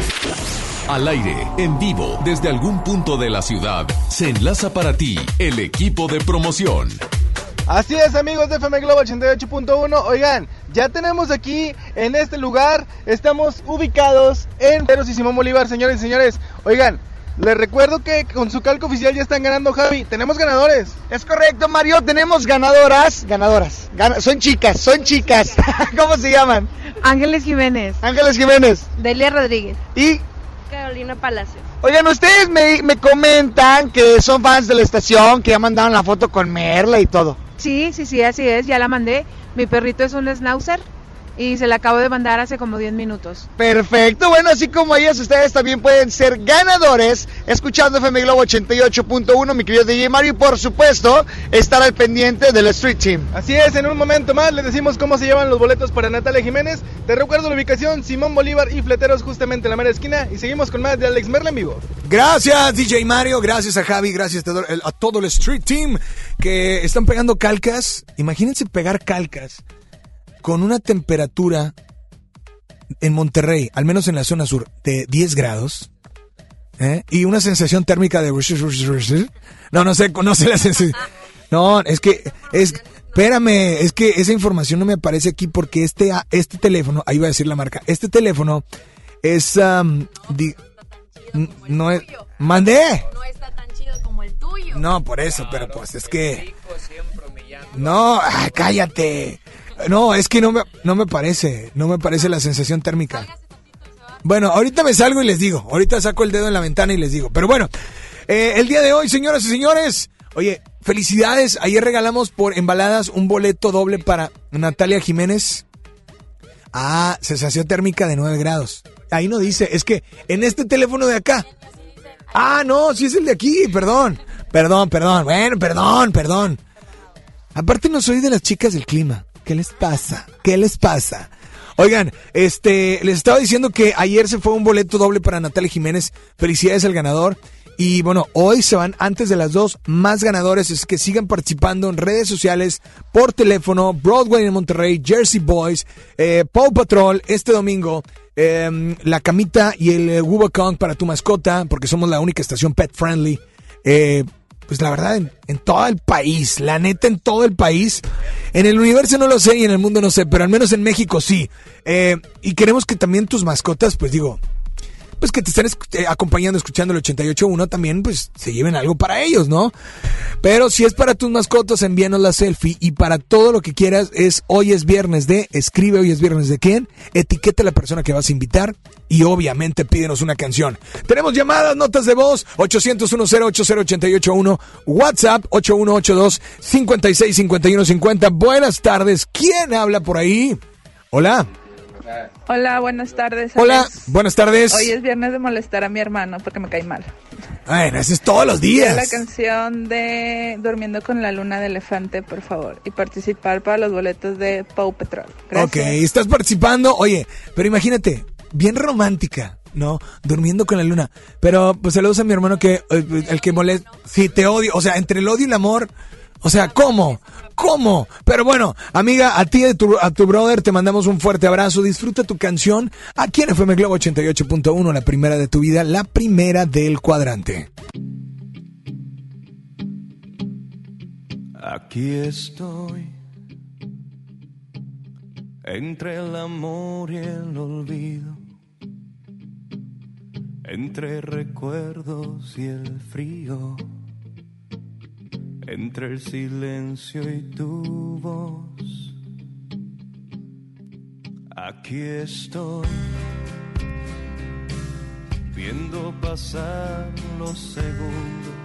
Al aire, en vivo, desde algún punto de la ciudad, se enlaza para ti el equipo de promoción. Así es, amigos de F M Globo ochenta y ocho punto uno. Oigan, ya tenemos aquí en este lugar, estamos ubicados en Peros y Simón Bolívar, señores y señores. Oigan, les recuerdo que con su calco oficial ya están ganando, Javi. Tenemos ganadores. Es correcto, Mario. Tenemos ganadoras. Ganadoras. Gan- son chicas, son chicas. ¿Cómo se llaman? Ángeles Jiménez. Ángeles Jiménez. Delia Rodríguez. Y Carolina Palacios. oigan, ustedes me, me comentan que son fans de la estación, que ya mandaron la foto con Merla y todo. Sí, sí, sí, así es. Ya la mandé. Mi perrito es un schnauzer y se la acabo de mandar hace como diez minutos. Perfecto, bueno, así como ellos, ustedes también pueden ser ganadores escuchando F M Globo ochenta y ocho punto uno, mi querido D J Mario, y por supuesto estar al pendiente del Street Team. Así es, en un momento más les decimos cómo se llevan los boletos para Natalia Jiménez. Te recuerdo la ubicación, Simón Bolívar y Fleteros, justamente en la mera esquina, y seguimos con más de Alex Merla en vivo. Gracias, D J Mario, gracias a Javi, gracias a todo el, a todo el Street Team que están pegando calcas. Imagínense pegar calcas con una temperatura en Monterrey, al menos en la zona sur, de diez grados, ¿eh? Y una sensación térmica de... No, no sé, no sé la sensación. No, es que... es Espérame, es que esa información no me aparece aquí porque este, este teléfono, ahí va a decir la marca, este teléfono es... Um, di, no es... ¿Mandé? No está tan chido como el tuyo. No, por eso, pero pues es que... No, ay, cállate. No, es que no me, no me parece, no me parece la sensación térmica. Bueno, ahorita me salgo y les digo, ahorita saco el dedo en la ventana y les digo. Pero bueno, eh, el día de hoy, señoras y señores, oye, felicidades. Ayer regalamos por embaladas un boleto doble para Natalia Jiménez. Ah, sensación térmica de nueve grados. Ahí no dice, es que en este teléfono de acá. Ah, no, sí es el de aquí, perdón. Perdón, perdón, bueno, perdón, perdón. Aparte no soy de las chicas del clima. ¿Qué les pasa? ¿Qué les pasa? Oigan, este, les estaba diciendo que ayer se fue un boleto doble para Natalia Jiménez. Felicidades al ganador. Y bueno, hoy se van antes de las dos más ganadores. Es que sigan participando en redes sociales, por teléfono, Broadway en Monterrey, Jersey Boys, eh, Paw Patrol este domingo, eh, La Camita y el eh, Wubacon para tu mascota, porque somos la única estación pet friendly. Eh, pues la verdad, en, en todo el país, la neta en todo el país. En el universo no lo sé y en el mundo no sé, pero al menos en México sí. Eh, y queremos que también tus mascotas, pues digo... pues que te están escu- eh, acompañando, escuchando el ochenta y ocho punto uno también, pues se lleven algo para ellos, ¿no? Pero si es para tus mascotas, envíanos la selfie. Y para todo lo que quieras, es hoy es viernes de, escribe hoy es viernes de quién, etiqueta a la persona que vas a invitar y obviamente pídenos una canción. Tenemos llamadas, notas de voz, ochocientos uno cero ocho cero ocho ocho uno, WhatsApp ocho uno ocho dos cinco seis cinco uno cinco cero. Buenas tardes, ¿quién habla por ahí? Hola. Hola, buenas tardes. Hola, Alex. buenas tardes. Hoy es viernes de molestar a mi hermano porque me cae mal. Bueno, eso es todos los días. La canción de Durmiendo con la Luna de Elefante, por favor. Y participar para los boletos de Paw Patrol. Gracias. Ok, estás participando. Oye, pero imagínate, bien romántica, ¿no? Durmiendo con la luna. Pero pues saludos a mi hermano que, eh, el que molesta. Sí, te odio. O sea, entre el odio y el amor. O sea, ¿cómo? ¿Cómo? Pero bueno, amiga, a ti y a tu, a tu brother te mandamos un fuerte abrazo. Disfruta tu canción aquí en F M Globo ochenta y ocho punto uno, la primera de tu vida, la primera del cuadrante. Aquí estoy, entre el amor y el olvido, entre recuerdos y el frío, entre el silencio y tu voz. Aquí estoy, viendo pasar los segundos,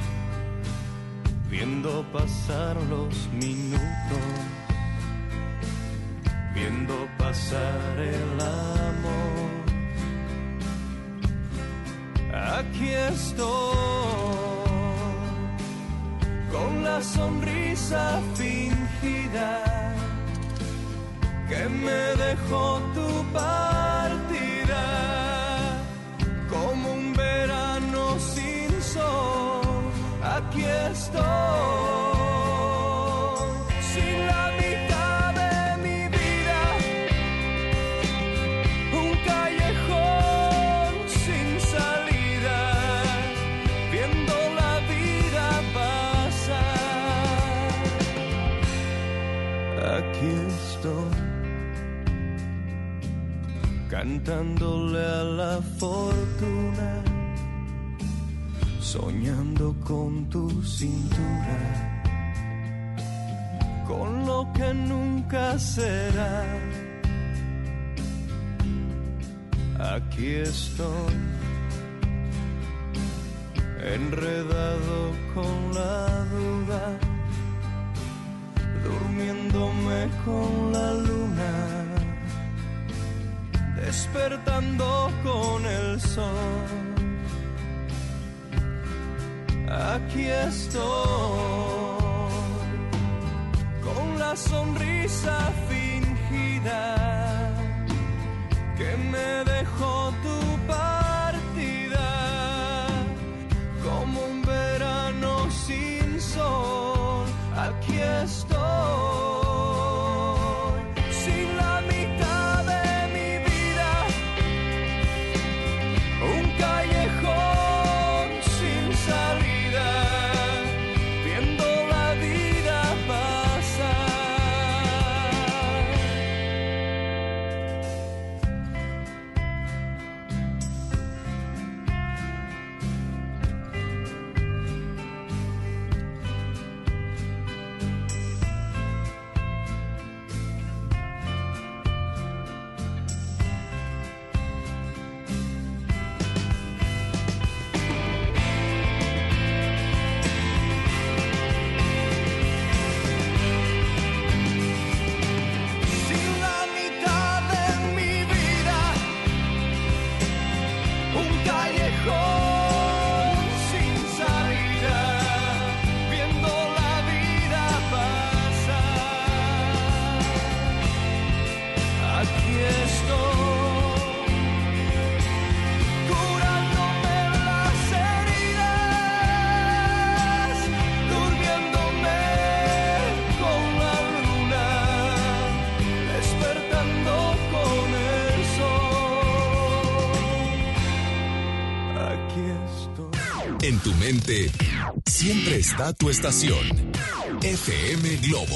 viendo pasar los minutos, viendo pasar el amor. Aquí estoy, con la sonrisa fingida que me dejó tu partida, como un verano sin sol. Aquí estoy, sin la mitad de mi vida, un callejón sin salida, viendo la vida pasar. Aquí estoy, cantándole a la fortuna, soñando con tu cintura, con lo que nunca será. Aquí estoy, enredado con la duda, durmiéndome con la luna, despertando con el sol. Aquí estoy, con la sonrisa fingida que me dejó tu partida, como un verano sin sol. Aquí estoy, sin la mitad de mi vida, un callejón sin salida, viendo la vida pasar. mente, siempre está tu estación. F M Globo.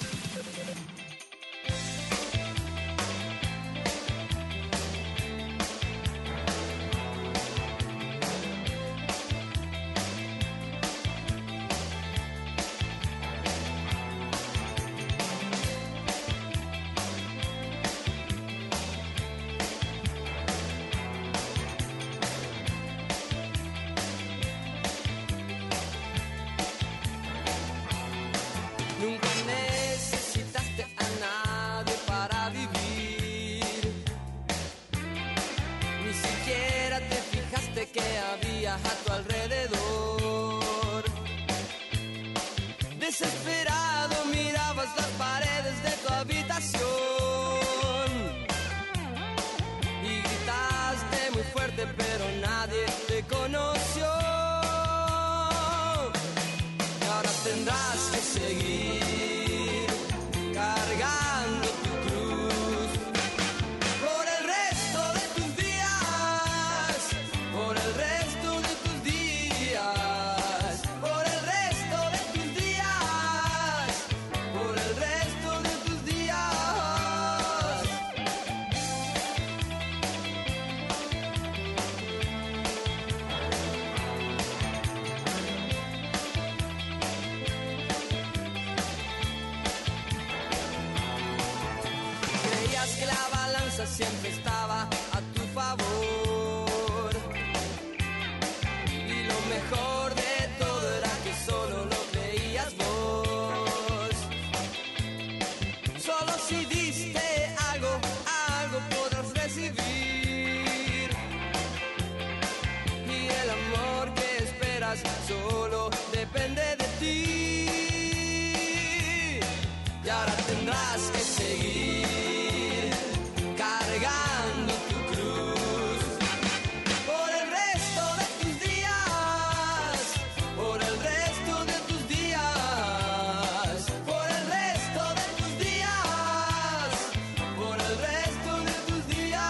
Nunca necesitaste a nadie para vivir. Ni siquiera te fijaste que había a tu alrededor. Desesperado mirabas las paredes de tu habitación y gritaste muy fuerte, pero nadie te conoció. Y ahora tendrás que seguir cargando tu cruz por el resto de tus días, por el resto de tus días, por el resto de tus días, por el resto de tus días. Creías que la balanza siempre estaba a tu favor y lo mejor de todo era que solo lo creías vos. Solo si diste algo, algo podrás recibir, y el amor que esperas solo depende de ti. Y ahora tendrás que seguir cargando tu cruz por el resto de tus días, por el resto de tus días, por el resto de tus días, por el resto de tus días.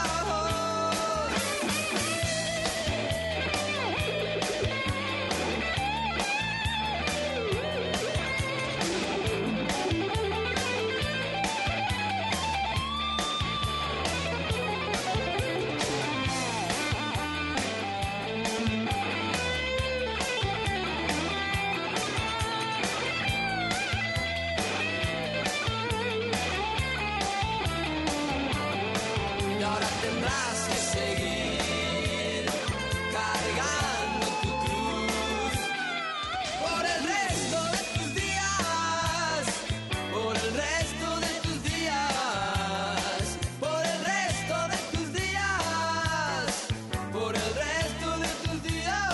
Y ahora tendrás que seguir cargando tu cruz por el resto de tus días, por el resto de tus días, por el resto de tus días, por el resto de tus días.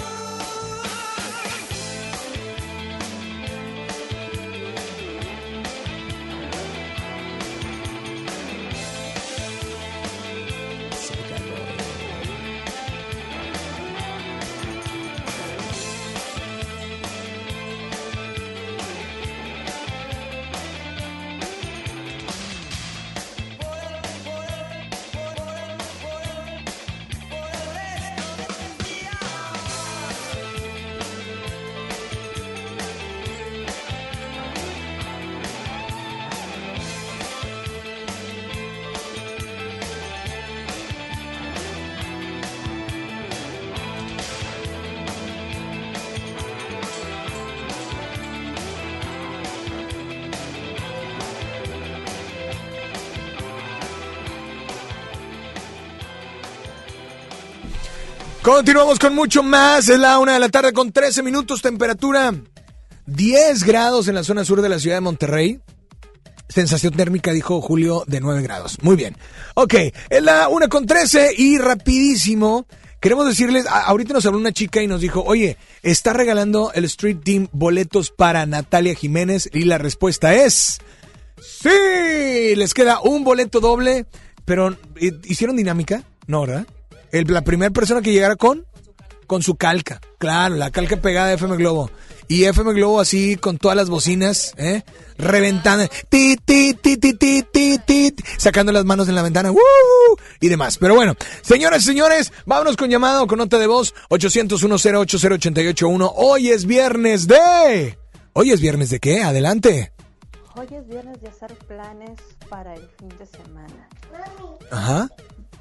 Continuamos con mucho más. Es la una de la tarde con trece minutos. Temperatura diez grados en la zona sur de la ciudad de Monterrey. Sensación térmica, dijo Julio, de nueve grados. Muy bien. Ok, es la una con trece y rapidísimo. Queremos decirles, a- ahorita nos habló una chica y nos dijo, oye, está regalando el Street Team boletos para Natalia Jiménez, y la respuesta es sí. Les queda un boleto doble, pero ¿eh, ¿hicieron dinámica? No, ¿verdad? El- la primera persona que llegara con con su calca, claro, la calca pegada de F M Globo. y F M Globo así con todas las bocinas, ¿eh? Reventando, ti, ti, ti, ti, ti, ti, ti, sacando las manos en la ventana, ¡uh! Y demás. Pero bueno, señoras y señores, vámonos con llamada o con nota de voz, ochocientos uno cero ocho cero ocho ocho uno. Hoy es viernes de... ¿Hoy es viernes de qué? Adelante. Hoy es viernes de hacer planes para el fin de semana. Ajá.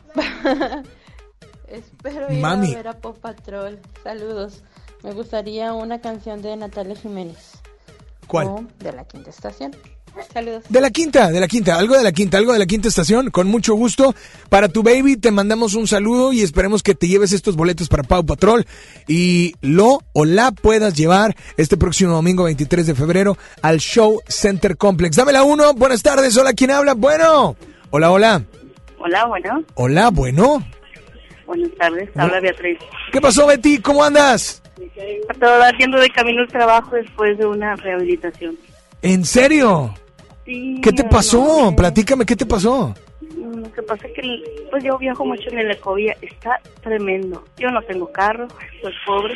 Espero ir Mami. a ver a Pop Patrol. Saludos. Me gustaría una canción de Natalia Jiménez. ¿Cuál? O de La Quinta Estación. Saludos. De la quinta, de la quinta, algo de la quinta, algo de la quinta estación, con mucho gusto. Para tu baby te mandamos un saludo y esperemos que te lleves estos boletos para Pau Patrol y lo o la puedas llevar este próximo domingo veintitrés de febrero al Show Center Complex. Dame la uno, buenas tardes, hola, ¿quién habla? Bueno, hola, hola. Hola, bueno. Hola, bueno. Buenas tardes, habla Beatriz. ¿Qué pasó, Betty? ¿Cómo andas? Todo haciendo de camino al trabajo después de una rehabilitación. ¿En serio? Sí. ¿Qué te pasó? No, no. Platícame, ¿qué te pasó? Lo que pasa es que pues yo viajo mucho en el Ecovía, está tremendo. Yo no tengo carro, soy pobre.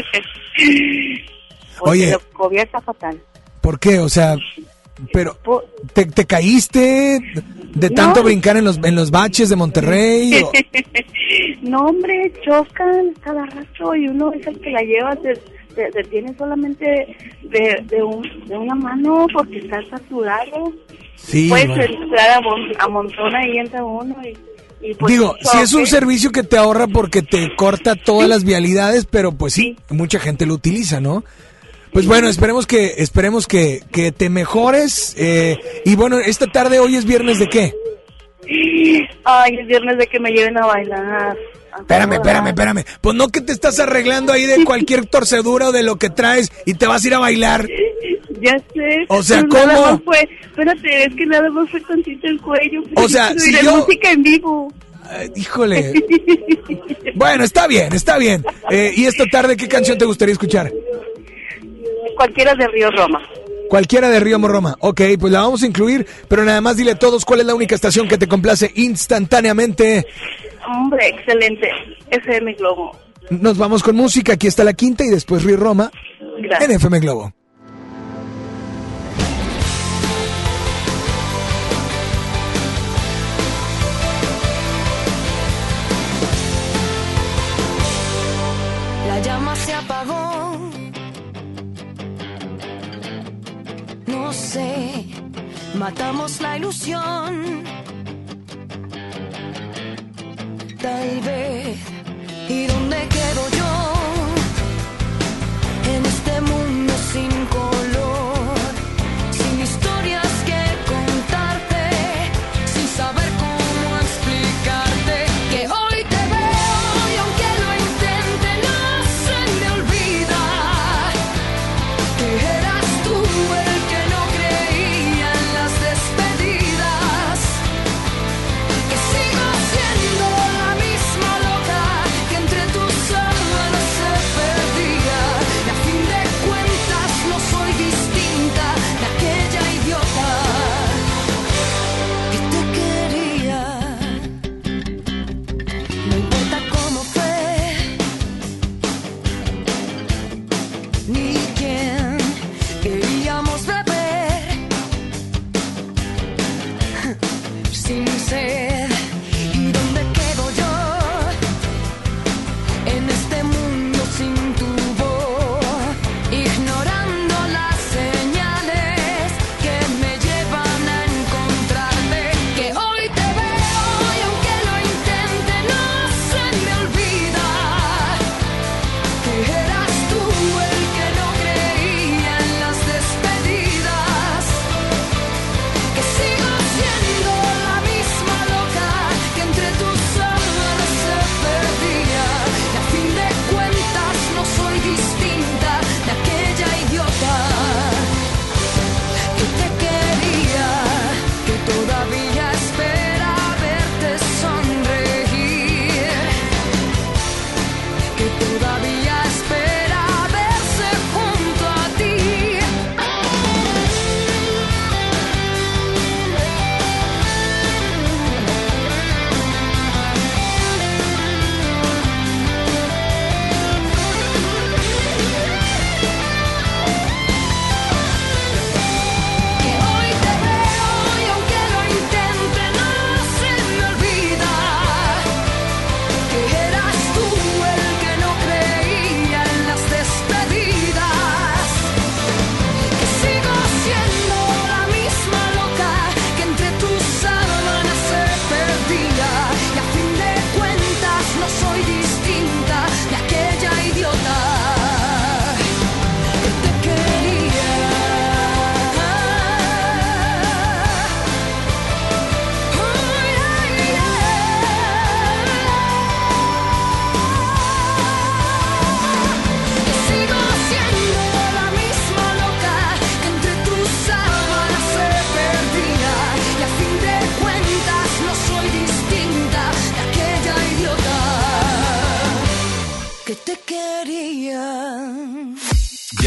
Oye. El Ecovía está fatal. ¿Por qué? O sea, pero ¿te, te caíste de tanto No. brincar en los en los baches de Monterrey? o- No, hombre, chocan cada rato y uno es el que la lleva, se, se, se tiene solamente de, de, un, de una mano porque está saturado. Sí, Puedes bueno. entrar a, mon- a montón y entra uno y, y pues Digo, choque. si es un servicio que te ahorra porque te corta todas las vialidades, pero pues sí, mucha gente lo utiliza, ¿no? Pues bueno, esperemos que esperemos que, que te mejores. Eh, y bueno, esta tarde, hoy es viernes de qué? Ay, es viernes de que me lleven a bailar. Espérame, espérame, espérame. Pues no que te estás arreglando ahí de cualquier torcedura o de lo que traes y te vas a ir a bailar. Ya sé. O sea, pero nada ¿cómo? más fue, espérate, es que nada más fue tantito el cuello. O sea, si de yo- música en vivo. Ay, híjole. Bueno, está bien, está bien. Eh, y esta tarde, ¿qué canción te gustaría escuchar? Cualquiera de Río Roma. Cualquiera de Río Roma. Ok, pues la vamos a incluir, pero nada más dile a todos cuál es la única estación que te complace instantáneamente. Hombre, excelente. F M Globo. Nos vamos con música, aquí está la quinta y después Río Roma Gracias. en F M Globo. La llama se apagó. No sé, matamos la ilusión. Tal vez. ¿Y dónde quedo yo? En este mundo sin color, sin historias que contarte, sin saber cómo explicarte que hoy te veo y aunque lo intente no se me olvida que eras tú el que no creía en las despedidas, que sigo siendo la misma loca que entre tus sábanas se perdía y a fin de cuentas no soy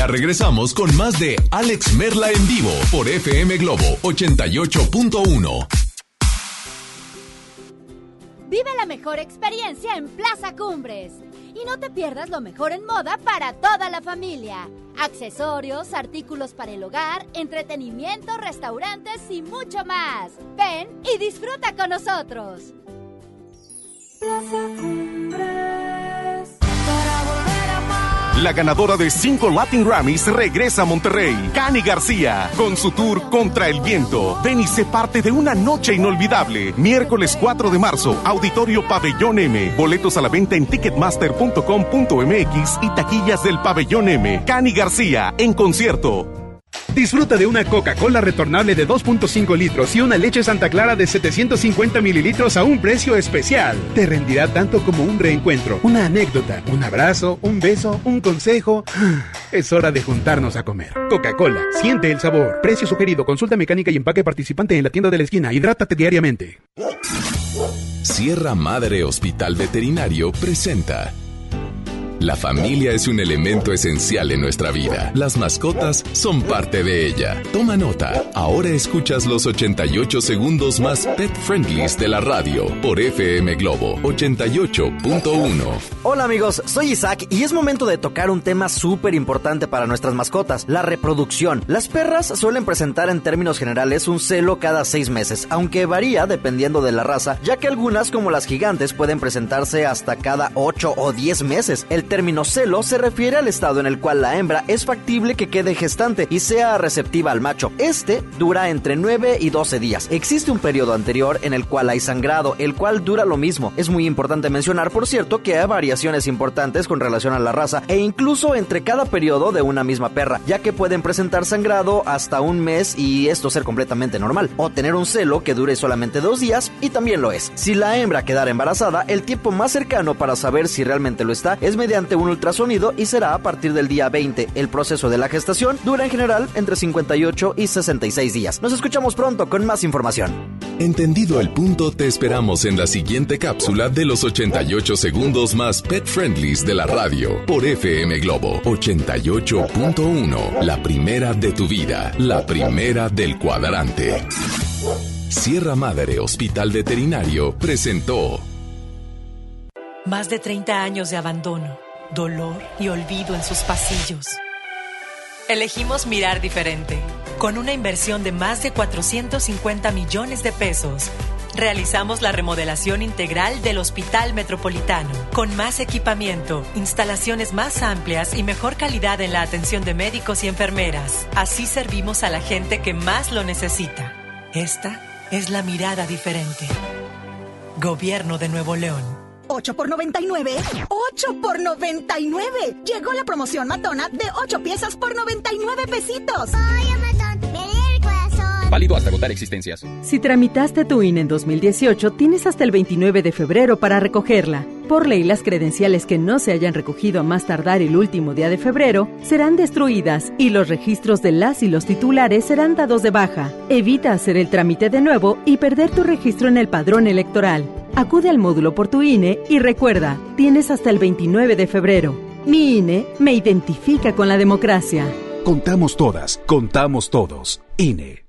Ya regresamos con más de Alex Merla en vivo por F M Globo ochenta y ocho punto uno. Vive la mejor experiencia en Plaza Cumbres. Y no te pierdas lo mejor en moda para toda la familia. Accesorios, artículos para el hogar, entretenimiento, restaurantes y mucho más. Ven y disfruta con nosotros. Plaza Cumbres, para volver a amar. La ganadora de cinco Latin Grammys regresa a Monterrey, Cani García, con su tour Contra el Viento. Ven y sé parte de una noche inolvidable. Miércoles cuatro de marzo, Auditorio Pabellón M. Boletos a la venta en ticketmaster punto com punto m x y taquillas del Pabellón M. Cani García, en concierto. Disfruta de una Coca-Cola retornable de dos punto cinco litros y una leche Santa Clara de setecientos cincuenta mililitros a un precio especial. Te rendirá tanto como un reencuentro, una anécdota, un abrazo, un beso, un consejo. Es hora de juntarnos a comer. Coca-Cola, siente el sabor. Precio sugerido, consulta mecánica y empaque participante en la tienda de la esquina. Hidrátate diariamente. Sierra Madre Hospital Veterinario presenta... La familia es un elemento esencial en nuestra vida. Las mascotas son parte de ella. Toma nota. Ahora escuchas los ochenta y ocho segundos más pet friendlies de la radio por F M Globo ochenta y ocho punto uno. Hola amigos, soy Isaac y es momento de tocar un tema súper importante para nuestras mascotas, la reproducción. Las perras suelen presentar en términos generales un celo cada seis meses, aunque varía dependiendo de la raza, ya que algunas, como las gigantes, pueden presentarse hasta cada ocho o diez meses. El término celo se refiere al estado en el cual la hembra es factible que quede gestante y sea receptiva al macho. Este dura entre nueve y doce días. Existe un periodo anterior en el cual hay sangrado, el cual dura lo mismo. Es muy importante mencionar, por cierto, que hay variaciones importantes con relación a la raza e incluso entre cada periodo de una misma perra, ya que pueden presentar sangrado hasta un mes y esto ser completamente normal, o tener un celo que dure solamente dos días y también lo es. Si la hembra quedara embarazada, el tiempo más cercano para saber si realmente lo está es mediante un ultrasonido y será a partir del día veinte. El proceso de la gestación dura en general entre cincuenta y ocho y sesenta y seis días. Nos escuchamos pronto con más información. Entendido el punto, te esperamos en la siguiente cápsula de los ochenta y ocho segundos más pet friendlies de la radio por F M Globo ochenta y ocho punto uno. La primera de tu vida, la primera del cuadrante. Sierra Madre Hospital Veterinario presentó más de treinta años de abandono, dolor y olvido en sus pasillos. Elegimos mirar diferente. Con una inversión de más de cuatrocientos cincuenta millones de pesos, realizamos la remodelación integral del Hospital Metropolitano, con más equipamiento, instalaciones más amplias y mejor calidad en la atención de médicos y enfermeras. Así servimos a la gente que más lo necesita. Esta es la mirada diferente. Gobierno de Nuevo León. ¿ocho por noventa y nueve? ¡ocho por noventa y nueve! Llegó la promoción matona de ocho piezas por noventa y nueve pesitos. Oye, matón, me lee el corazón. Válido hasta agotar existencias. Si tramitaste tu I N E en dos mil dieciocho, tienes hasta el veintinueve de febrero para recogerla. Por ley, las credenciales que no se hayan recogido a más tardar el último día de febrero serán destruidas y los registros de las y los titulares serán dados de baja. Evita hacer el trámite de nuevo y perder tu registro en el padrón electoral. Acude al módulo por tu I N E y recuerda, tienes hasta el veintinueve de febrero. Mi I N E me identifica con la democracia. Contamos todas, contamos todos. I N E.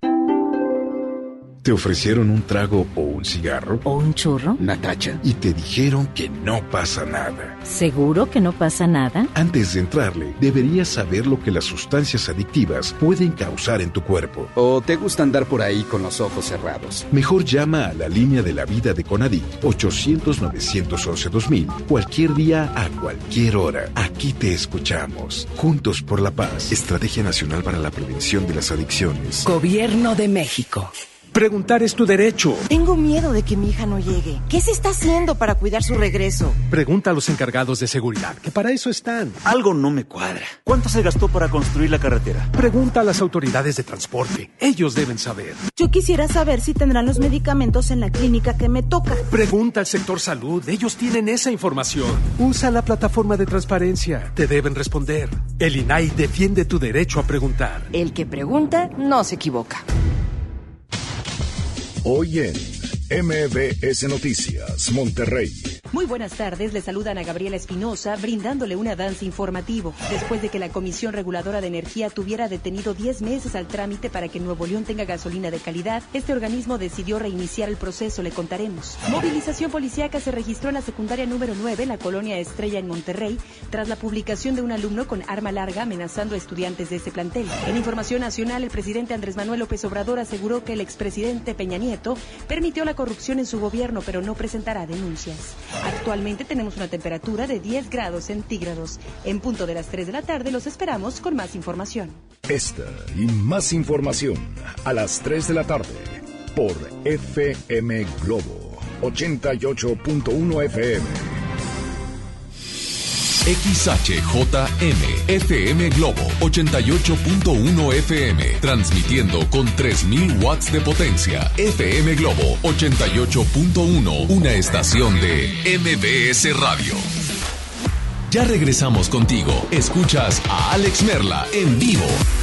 ¿Te ofrecieron un trago o un cigarro? ¿O un churro? Natacha. Y te dijeron que no pasa nada. ¿Seguro que no pasa nada? Antes de entrarle, deberías saber lo que las sustancias adictivas pueden causar en tu cuerpo. ¿O te gusta andar por ahí con los ojos cerrados? Mejor llama a la línea de la vida de Conadic, ochocientos, novecientos once, dos mil, cualquier día, a cualquier hora. Aquí te escuchamos. Juntos por la paz. Estrategia Nacional para la Prevención de las Adicciones. Gobierno de México. Preguntar es tu derecho. Tengo miedo de que mi hija no llegue. ¿Qué se está haciendo para cuidar su regreso? Pregunta a los encargados de seguridad, que para eso están. Algo no me cuadra. ¿Cuánto se gastó para construir la carretera? Pregunta a las autoridades de transporte. Ellos deben saber. Yo quisiera saber si tendrán los medicamentos en la clínica que me toca. Pregunta al sector salud. Ellos tienen esa información. Usa la plataforma de transparencia. Te deben responder. El I N A I defiende tu derecho a preguntar. El que pregunta no se equivoca. Hoy en M B S Noticias, Monterrey. Muy buenas tardes, le saludan a Gabriela Espinosa, brindándole un avance informativo. Después de que la Comisión Reguladora de Energía tuviera detenido diez meses al trámite para que Nuevo León tenga gasolina de calidad, este organismo decidió reiniciar el proceso, le contaremos. Movilización policíaca se registró en la secundaria número nueve, en la colonia Estrella en Monterrey, tras la publicación de un alumno con arma larga amenazando a estudiantes de ese plantel. En información nacional, el presidente Andrés Manuel López Obrador aseguró que el expresidente Peña Nieto permitió la corrupción en su gobierno, pero no presentará denuncias. Actualmente tenemos una temperatura de diez grados centígrados. En punto de las tres de la tarde los esperamos con más información. Esta y más información a las tres de la tarde por F M Globo ochenta y ocho punto uno F M. X H J M F M Globo ochenta y ocho punto uno F M, transmitiendo con tres mil watts de potencia. F M Globo ochenta y ocho punto uno, una estación de M B S Radio. Ya regresamos contigo. Escuchas a Alex Merla en vivo.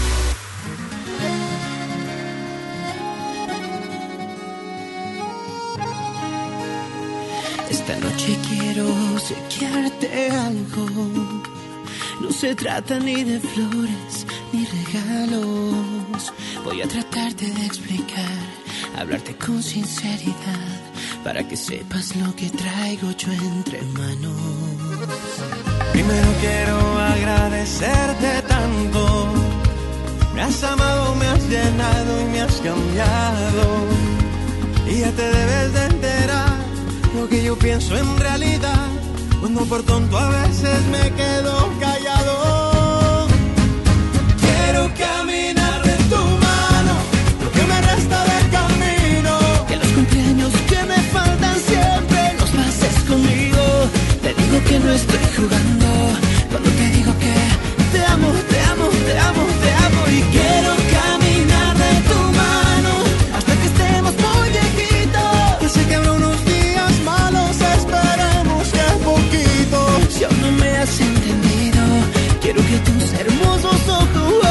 Esta noche quiero obsequiarte algo. No se trata ni de flores ni regalos. Voy a tratarte de explicar, hablarte con sinceridad, para que sepas lo que traigo yo entre manos. Primero quiero agradecerte tanto. Me has amado, me has llenado y me has cambiado. Y ya te debes de enterar lo que yo pienso en realidad, cuando por tonto a veces me quedo callado. Quiero caminar de tu mano, lo que me resta de camino, que los cumpleaños que me faltan siempre los pases conmigo. Te digo que no estoy jugando, cuando te digo que te amo, te amo, te amo, te amo. Y quiero caminar de tu mano, hasta que estemos muy viejitos. Que sé que habrá unos días malos, esperemos que poquito. Si aún no me has entendido, quiero que tus hermosos ojos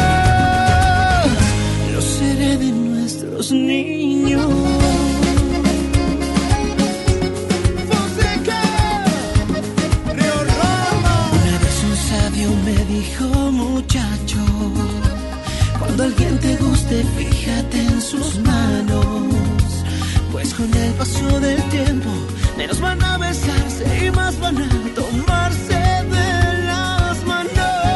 los seré de nuestros niños. Una vez un sabio me dijo, muchacho, cuando alguien te guste, fíjate en sus manos, pues con el paso del tiempo menos van a besarse y más van a tomarse de las manos.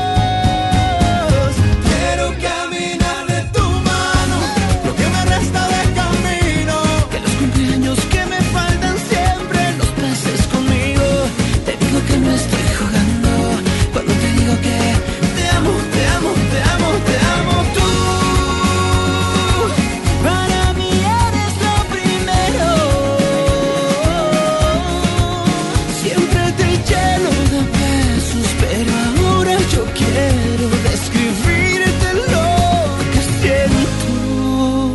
Quiero caminar de tu mano, lo que me resta de camino, que los cumpleaños que me faltan siempre los pases conmigo. Te digo que no estoy jugando, cuando te digo que te amo, te amo, te amo, te amo. Tú para mí eres lo primero. Siempre te lleno de besos, pero ahora yo quiero describirte lo que siento.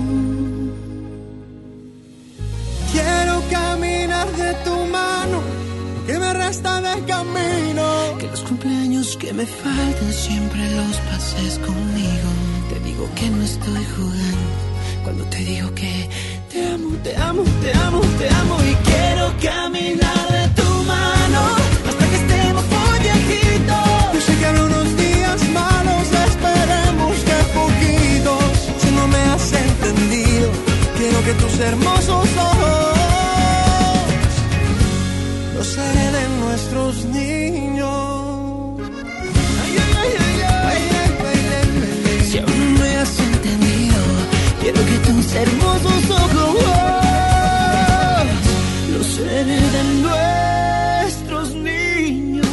Quiero caminar de tu mano, que me resta de camino, que los cumpleaños que me faltan siempre los pases conmigo. Te digo que no estoy jugando, cuando te digo que te amo, te amo, te amo, te amo. Y quiero caminar de tu mano, hasta que estemos muy viejitos. Yo sé que habrá unos días malos, esperemos que poquitos. Si no me has entendido, quiero que tus hermosos ojos los seré de nuestros niños. Ay, ay, ay, ay, ay, ay, ay, ay. Si aún no me has entendido, quiero que tus hermosos ojos los seré de nuestros niños.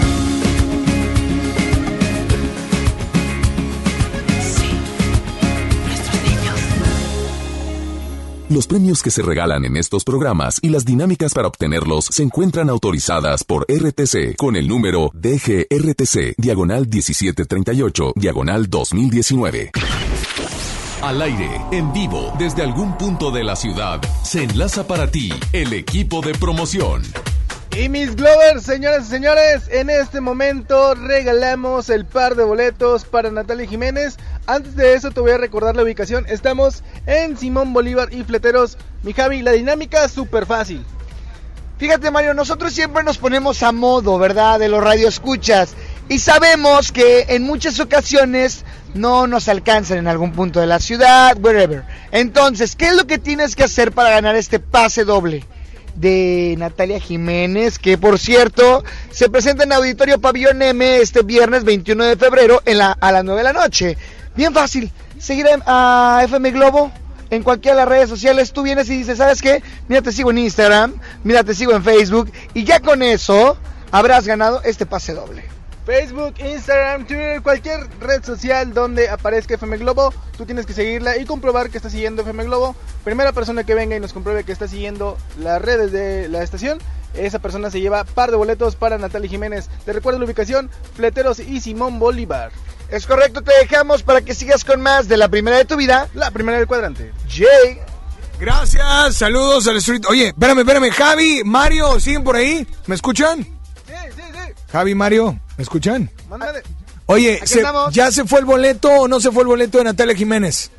Sí, nuestros niños. Los premios que se regalan en estos programas y las dinámicas para obtenerlos se encuentran autorizadas por R T C con el número D G R T C, diagonal diecisiete treinta y ocho, diagonal dos mil diecinueve. Al aire, en vivo, desde algún punto de la ciudad, se enlaza para ti el equipo de promoción. Y mis Glovers, señoras y señores, en este momento regalamos el par de boletos para Natalia Jiménez. Antes de eso te voy a recordar la ubicación. Estamos en Simón Bolívar y Fleteros. Mi Javi, la dinámica es súper fácil. Fíjate, Mario, nosotros siempre nos ponemos a modo, ¿verdad? De los radioescuchas. Y sabemos que en muchas ocasiones no nos alcanzan en algún punto de la ciudad, wherever. Entonces, ¿qué es lo que tienes que hacer para ganar este pase doble de Natalia Jiménez? Que, por cierto, se presenta en Auditorio Pabellón M este viernes veintiuno de febrero en la, a las nueve de la noche. Bien fácil, seguir a, a F M Globo en cualquiera de las redes sociales. Tú vienes y dices, ¿sabes qué? Mira, te sigo en Instagram, mira, te sigo en Facebook, y ya con eso habrás ganado este pase doble. Facebook, Instagram, Twitter, cualquier red social donde aparezca F M Globo, tú tienes que seguirla y comprobar que está siguiendo F M Globo. Primera persona que venga y nos compruebe que está siguiendo las redes de la estación, esa persona se lleva par de boletos para Natalia Jiménez. Te recuerdo la ubicación, Fleteros y Simón Bolívar. Es correcto, te dejamos para que sigas con más de la primera de tu vida. La primera del cuadrante. Jay. Gracias, saludos al Street. Oye, espérame, espérame, Javi, Mario, ¿siguen por ahí? ¿Me escuchan? Sí, sí, sí. Javi, Mario, ¿me escuchan? Mándale. Oye, se, ¿ya se fue el boleto o no se fue el boleto de Natalia Jiménez?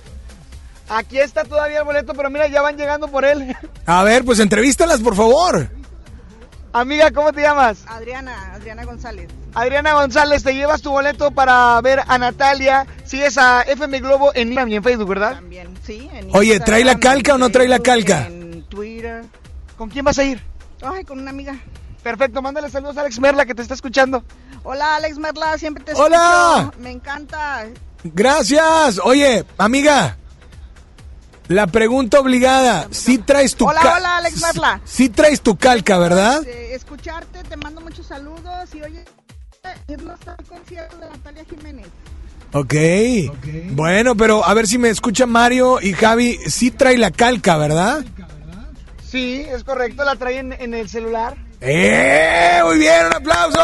Aquí está todavía el boleto, pero mira, ya van llegando por él. A ver, pues entrevístalas, por favor. Amiga, ¿cómo te llamas? Adriana, Adriana González. Adriana González, te llevas tu boleto para ver a Natalia. Sigues a F M Globo en Instagram y en Facebook, ¿verdad? También, sí. En Oye, ¿trae la calca o no trae la calca? En Twitter. ¿Con quién vas a ir? Ay, con una amiga. Perfecto, mándale saludos a Alex Merla que te está escuchando. Hola, Alex Merla, siempre te ¡Hola! escucho. Me encanta. Gracias. Oye, amiga, la pregunta obligada. ¿Sí traes tu Hola, ca- hola, Alex Merla. Sí traes tu calca, ¿verdad? Este, escucharte, te mando muchos saludos y oye, es más el concierto de Natalia Jiménez. Okay. ok. Bueno, pero a ver si me escucha Mario y Javi. Sí trae la calca, ¿verdad? Sí, es correcto, la trae en, en el celular. ¡Eh! Muy bien, un aplauso.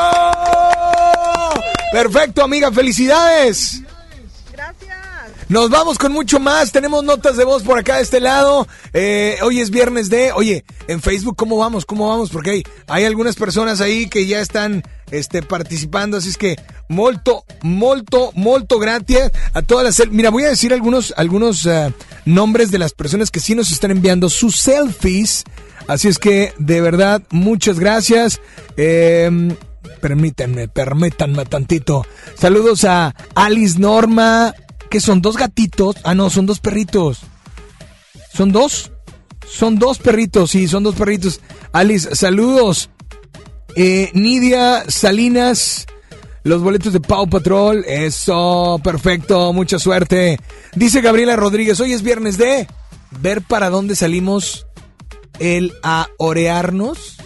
Perfecto, amiga, felicidades. Gracias. Nos vamos con mucho más. Tenemos notas de voz por acá de este lado. Eh, hoy es viernes de... Oye, en Facebook, ¿cómo vamos? ¿Cómo vamos? Porque hay, hay algunas personas ahí que ya están este, participando. Así es que, molto, molto, molto gracias a todas las... Mira, voy a decir algunos, algunos uh, nombres de las personas que sí nos están enviando sus selfies. Así es que, de verdad, muchas gracias. Eh, permítanme, permítanme tantito. Saludos a Alice Norma... ¿Qué son? ¿Dos gatitos? Ah, no, son dos perritos. ¿Son dos? Son dos perritos, sí, son dos perritos. Alice, saludos. Eh, Nidia Salinas, los boletos de Paw Patrol. Eso, perfecto, mucha suerte. Dice Gabriela Rodríguez, hoy es viernes de ver para dónde salimos. El a orearnos,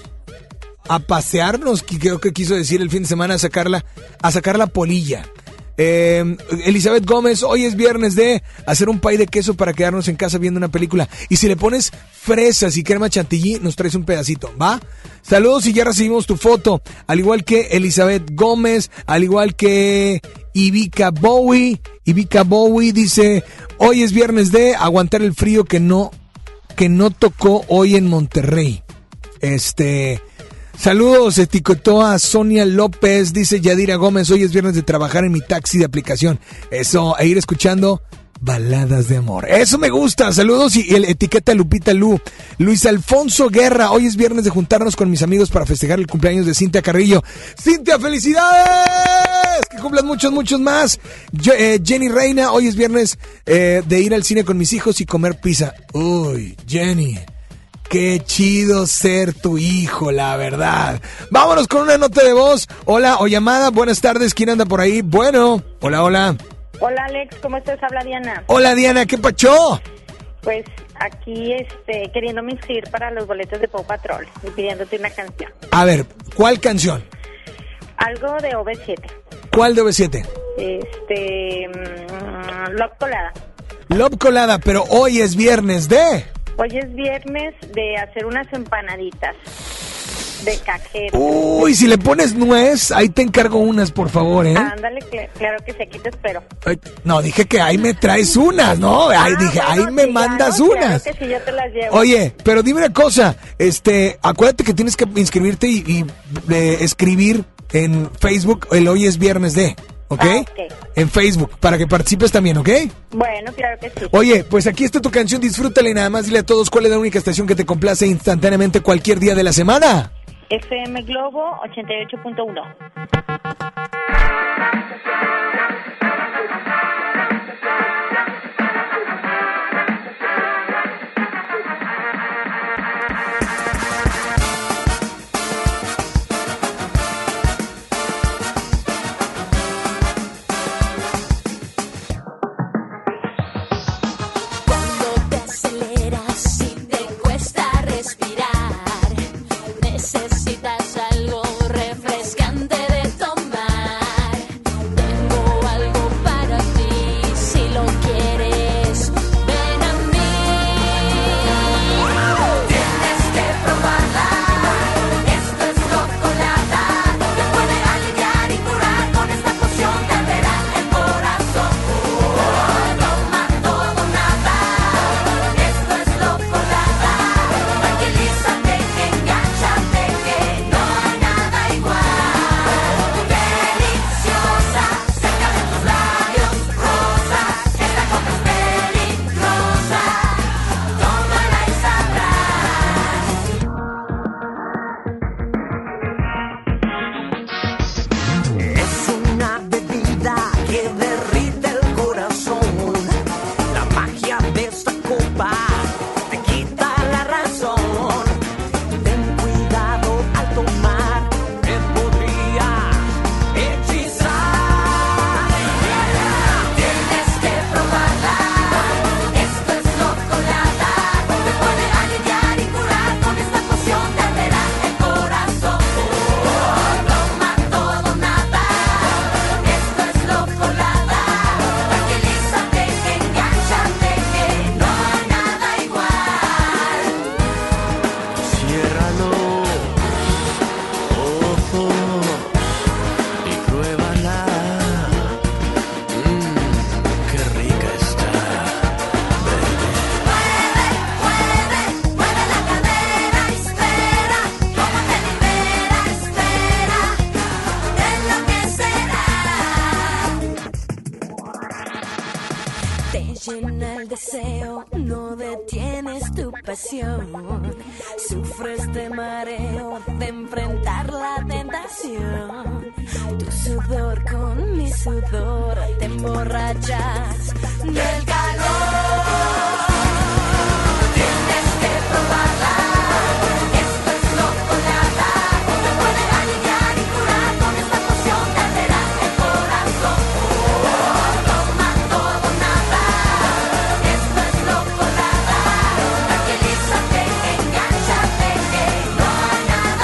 a pasearnos, que creo que quiso decir el fin de semana, a sacarla, a sacar la polilla. Eh, Elizabeth Gómez, hoy es viernes de hacer un pay de queso para quedarnos en casa viendo una película. Y si le pones fresas y crema chantilly, nos traes un pedacito, ¿va? Saludos y ya recibimos tu foto. Al igual que Elizabeth Gómez, al igual que Ivica Bowie. Ivica Bowie dice, hoy es viernes de aguantar el frío que no, que no tocó hoy en Monterrey. Este... Saludos, etiquetó a Sonia López, dice Yadira Gómez, hoy es viernes de trabajar en mi taxi de aplicación. Eso, e ir escuchando baladas de amor. Eso me gusta, saludos y el etiqueta Lupita Lu. Luis Alfonso Guerra, hoy es viernes de juntarnos con mis amigos para festejar el cumpleaños de Cintia Carrillo. ¡Cintia, felicidades! Que cumplan muchos, muchos más. Yo, eh, Jenny Reina, hoy es viernes eh, de ir al cine con mis hijos y comer pizza. Uy, Jenny. Qué chido ser tu hijo, la verdad. Vámonos con una nota de voz. Hola, o llamada, buenas tardes, ¿quién anda por ahí? Bueno, hola, hola. Hola Alex, ¿cómo estás? Habla Diana. Hola Diana, ¿qué pacho? Pues aquí este, queriéndome inscribir para los boletos de Paw Patrol y pidiéndote una canción. A ver, ¿cuál canción? Algo de O V siete. ¿Cuál de O V siete? Este, mmm, Love Colada. Love Colada, pero hoy es viernes de... Hoy es viernes de hacer unas empanaditas de cajero. Uy, si le pones nuez, ahí te encargo unas, por favor, ¿eh? Ándale, cl- claro que sí, aquí te espero. Ay, no, dije que ahí me traes unas, ¿no? Ahí Ah, dije, bueno, ahí me sí, mandas claro, unas. Claro que sí, yo te las llevo. Oye, pero dime una cosa, este, acuérdate que tienes que inscribirte y, y eh, escribir en Facebook el hoy es viernes de... ¿ok? Ah, ok. En Facebook, para que participes también, ¿ok? Bueno, claro que sí. Oye, pues aquí está tu canción, disfrútala y nada más dile a todos cuál es la única estación que te complace instantáneamente cualquier día de la semana. F M Globo ochenta y ocho punto uno. Cuando te aceleras y te cuesta respirar, necesitas algo refrescante de tomar. Tengo algo para ti, si lo quieres, ven a mí. Tienes que probarla, esto es Locolata. Te puede aliviar y curar, con esta poción te arderá el corazón. Toma todo nada, esto es Locolata. Tranquilízate, enganchate, que no hay nada igual. Deliciosa, cerca de tus labios rosas. Esta copa es peligrosa, tómala y sabrás. Es una bebida que derrite el corazón. La magia de esta copa te quita la razón. Ten cuidado al tomar, te podría hechizar. Tienes que probarla, esto es Locolata. Te puede aliviar y curar, con esta poción te arderá el corazón. Toma todo nada, esto es Locolata. Tranquilízate, enganchate, que no hay nada igual. Cierra los ojos y pruébala. Mmm, qué rica está. Mueve la cadera, espera, cómo te libera, espera, enloquecerá. Te llena el deseo, no detienes tu pasión. Sufres de mareo, de enfrentar la tentación. Tu sudor con mi sudor, te emborrachas del calor. Tienes que probarla, esto es Locolata. Te puede aliviar y curar, con esta poción te arderá el corazón. Toma todo nada, esto es Locolata. Tranquilízate, enganchate, que no hay nada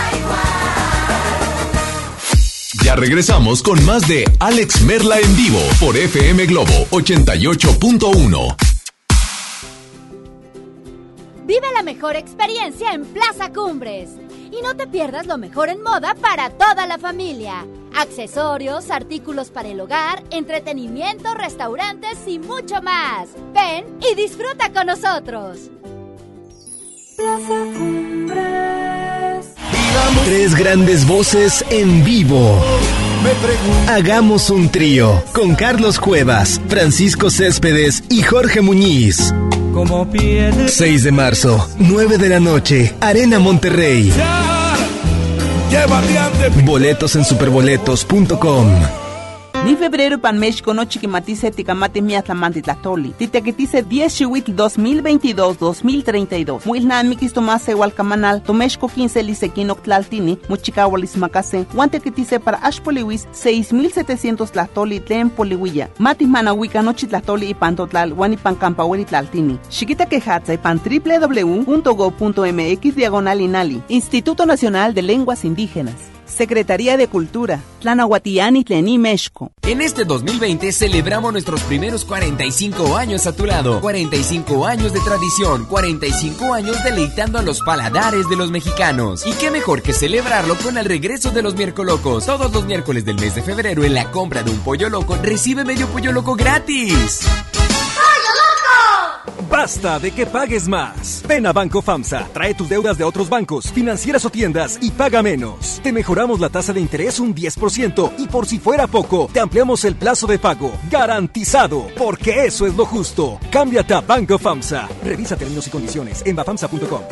igual. Ya regresamos con más de Alex Merla en vivo por F M Globo ochenta y ocho punto uno. Vive la mejor experiencia en Plaza Cumbres. Y no te pierdas lo mejor en moda para toda la familia. Accesorios, artículos para el hogar, entretenimiento, restaurantes y mucho más. Ven y disfruta con nosotros. Plaza Cumbres. Tres grandes voces en vivo. Hagamos un trío con Carlos Cuevas, Francisco Céspedes y Jorge Muñiz. seis de marzo, nueve de la noche, Arena Monterrey. Boletos en superboletos punto com. Ni febrero pan México no chiquimatice ticamate miatlamanti tlatoli. Titequitice diez chihuitl dos mil veintidós dos mil treinta y dos. Muilnamikis tomase hualcamanal, tomexco quince lisequinoc tlaltini, muchicahualis macase, guantequitice para ashpoliwis seis mil setecientos tlatoli tlen polihuilla. Matis manahuica nochi tlatoli y pantotlal, guanipan campahueli tlaltini. Chiquita quejatza y pan w w w punto go punto m x diagonal inali. Instituto Nacional de Lenguas Indígenas. Secretaría de Cultura, Tlanahuatiani Tlení, México. En este dos mil veinte celebramos nuestros primeros cuarenta y cinco años a tu lado. cuarenta y cinco años de tradición, cuarenta y cinco años deleitando a los paladares de los mexicanos. Y qué mejor que celebrarlo con el regreso de los Miércolocos. Todos los miércoles del mes de febrero, en la compra de un pollo loco, recibe medio pollo loco gratis. ¡Pollo loco! Basta de que pagues más. Ven a Banco FAMSA, trae tus deudas de otros bancos, financieras o tiendas y paga menos. Te mejoramos la tasa de interés un diez por ciento y por si fuera poco, te ampliamos el plazo de pago. Garantizado, porque eso es lo justo. Cámbiate a Banco FAMSA. Revisa términos y condiciones en bafamsa punto com.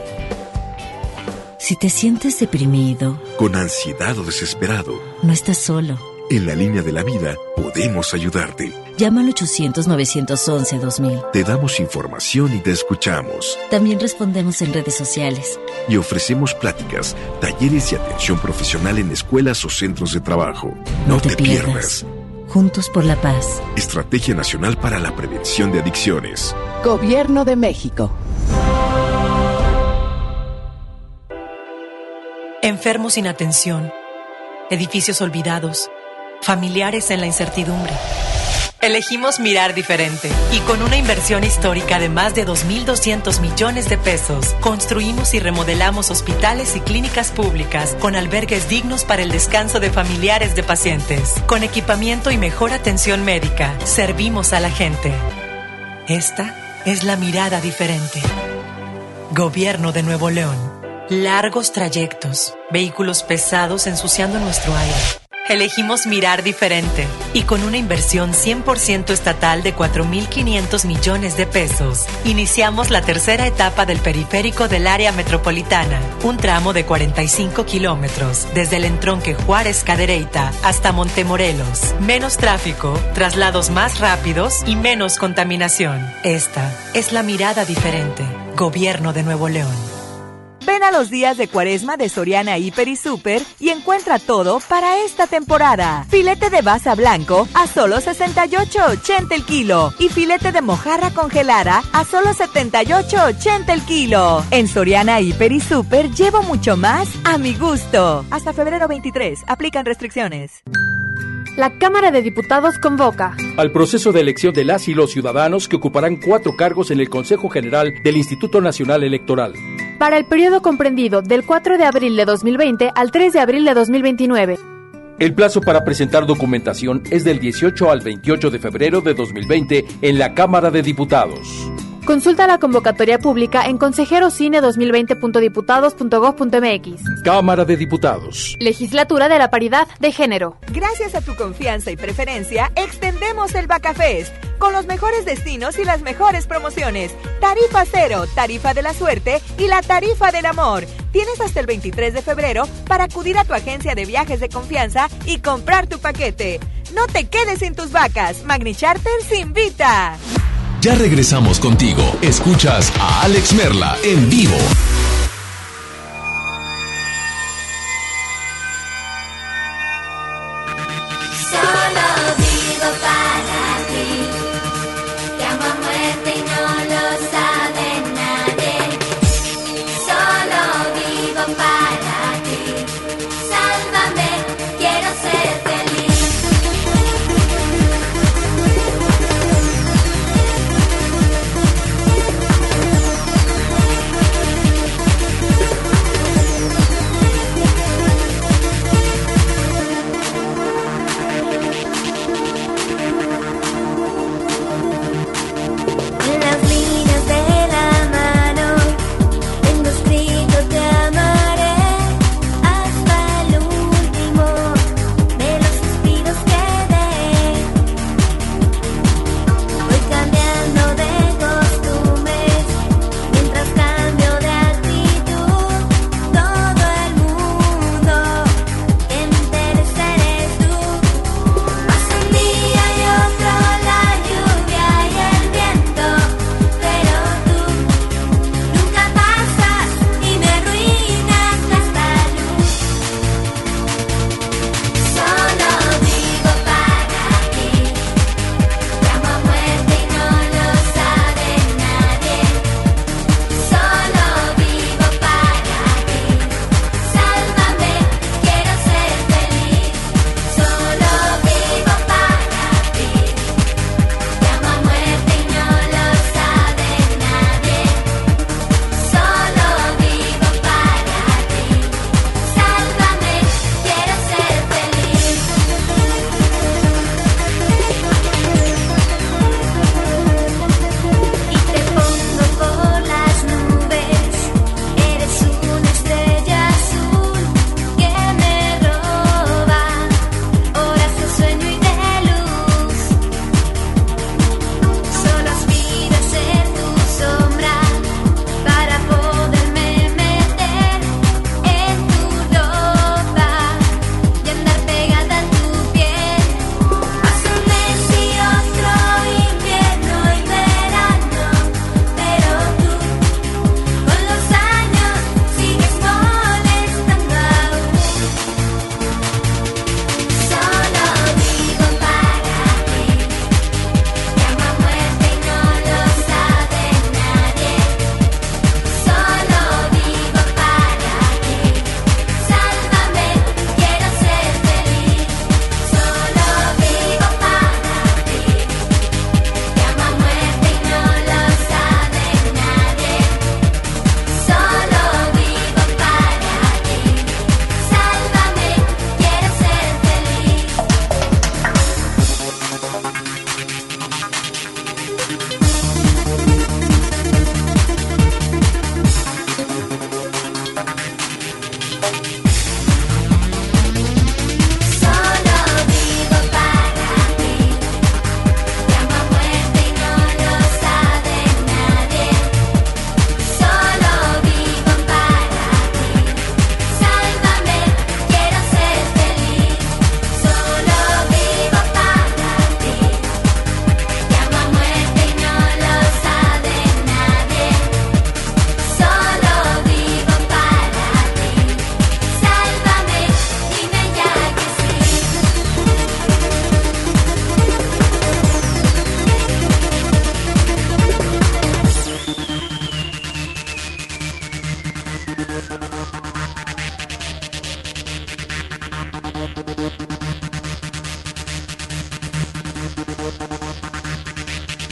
Si te sientes deprimido, con ansiedad o desesperado, no estás solo. En la línea de la vida podemos ayudarte. Llama al ochocientos, novecientos once, dos mil. Te damos información y te escuchamos. También respondemos en redes sociales. Y ofrecemos pláticas, talleres y atención profesional en escuelas o centros de trabajo. No, no te, te pierdas. pierdas. Juntos por la paz. Estrategia Nacional para la Prevención de Adicciones. Gobierno de México. Enfermos sin atención. Edificios olvidados. Familiares en la incertidumbre. Elegimos mirar diferente y con una inversión histórica de más de dos mil doscientos millones de pesos, construimos y remodelamos hospitales y clínicas públicas con albergues dignos para el descanso de familiares de pacientes. Con equipamiento y mejor atención médica, servimos a la gente. Esta es la mirada diferente. Gobierno de Nuevo León. Largos trayectos, vehículos pesados ensuciando nuestro aire. Elegimos mirar diferente y con una inversión cien por ciento estatal de cuatro mil quinientos millones de pesos, iniciamos la tercera etapa del periférico del área metropolitana, un tramo de cuarenta y cinco kilómetros, desde el entronque Juárez-Cadereyta hasta Montemorelos. Menos tráfico, traslados más rápidos y menos contaminación. Esta es la mirada diferente. Gobierno de Nuevo León. Ven a los días de Cuaresma de Soriana Hiper y Super y encuentra todo para esta temporada. Filete de basa blanco a solo sesenta y ocho ochenta el kilo y filete de mojarra congelada a solo setenta y ocho ochenta el kilo. En Soriana Hiper y Super llevo mucho más a mi gusto. Hasta febrero veintitrés, aplican restricciones. La Cámara de Diputados convoca al proceso de elección de las y los ciudadanos que ocuparán cuatro cargos en el Consejo General del Instituto Nacional Electoral. Para el periodo comprendido del cuatro de abril de dos mil veinte al tres de abril de dos mil veintinueve. El plazo para presentar documentación es del dieciocho al veintiocho de febrero de dos mil veinte en la Cámara de Diputados. Consulta la convocatoria pública en consejerocine dos mil veinte punto diputados punto gob punto mx. Cámara de Diputados. Legislatura de la Paridad de Género. Gracias a tu confianza y preferencia, extendemos el Bacafest con los mejores destinos y las mejores promociones. Tarifa cero, tarifa de la suerte y la tarifa del amor. Tienes hasta el veintitrés de febrero para acudir a tu agencia de viajes de confianza y comprar tu paquete. No te quedes sin tus vacas. Magni Charters invita. Ya regresamos contigo. Escuchas a Alex Merla en vivo. Solo vivo para ti. Te amo a muerte y no lo sabe nadie. Solo vivo para ti. Sálvame, quiero ser feliz.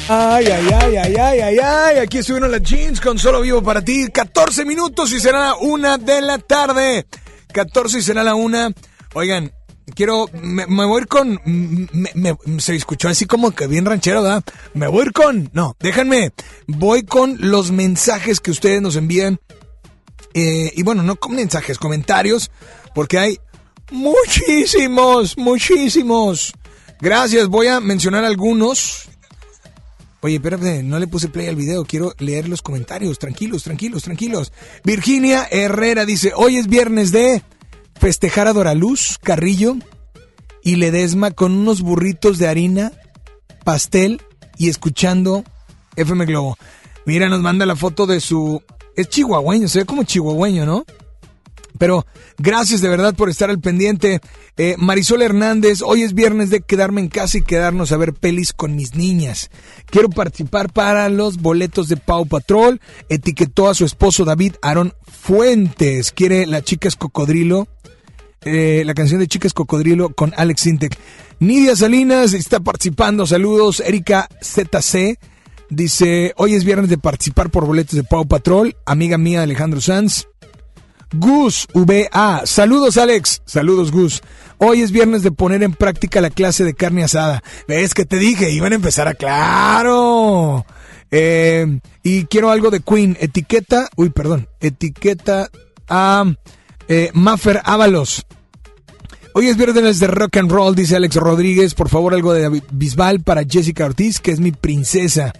Ay, ay, ay, ay, ay, ay, ay. Aquí estuvieron las jeans con Solo Vivo para ti. catorce minutos y será la una de la tarde. catorce y será la una. Oigan, quiero, me, me voy a ir con, me, me, se escuchó así como que bien ranchero, ¿verdad? Me voy a ir con, no, déjenme, voy con los mensajes que ustedes nos envían. Eh, y bueno, no con mensajes, comentarios, porque hay muchísimos, muchísimos. Gracias, voy a mencionar algunos. Oye, espérate, no le puse play al video, quiero leer los comentarios. Tranquilos, tranquilos, tranquilos. Virginia Herrera dice, hoy es viernes de festejar a Doraluz Carrillo y Ledesma con unos burritos de harina, pastel y escuchando F M Globo. Mira, nos manda la foto de su... Es chihuahueño, se ve como chihuahueño, ¿no? Pero gracias de verdad por estar al pendiente. Eh, Marisol Hernández, hoy es viernes de quedarme en casa y quedarnos a ver pelis con mis niñas. Quiero participar para los boletos de Paw Patrol. Etiquetó a su esposo David Aarón Fuentes. Quiere La Chicas Cocodrilo. Eh, la canción de Chicas Cocodrilo con Alex Sintek. Nidia Salinas está participando. Saludos. Erika Z C dice, hoy es viernes de participar por boletos de Paw Patrol. Amiga mía Alejandro Sanz. Gus V A, saludos Alex, saludos Gus. Hoy es viernes de poner en práctica la clase de carne asada. ¿Ves que te dije? Iban a empezar a... ¡Claro! Eh, y quiero algo de Queen. Etiqueta, uy, perdón, etiqueta a eh, Maffer Ábalos. Hoy es viernes de rock and roll, dice Alex Rodríguez. Por favor, algo de David Bisbal para Jessica Ortiz, que es mi princesa.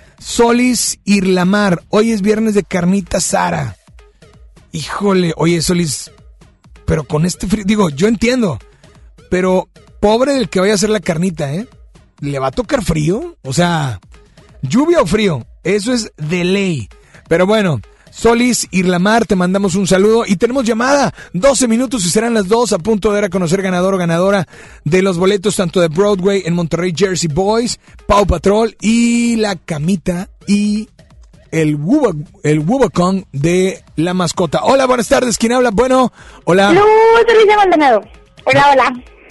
Solis Irlamar, hoy es viernes de carnita Sara. Híjole, oye Solis, pero con este frío, digo, yo entiendo, pero pobre del que vaya a hacer la carnita, ¿eh? ¿Le va a tocar frío? O sea, lluvia o frío, eso es de ley. Pero bueno, Solis Irlamar, te mandamos un saludo y tenemos llamada, doce minutos y serán las dos, a punto de dar a conocer ganador o ganadora de los boletos tanto de Broadway en Monterrey, Jersey Boys, Paw Patrol y La Camita y... El Wuba, el Wubacon de la mascota. Hola, buenas tardes. ¿Quién habla? Bueno, hola. Luz Alicia Maldonado. Hola, hola.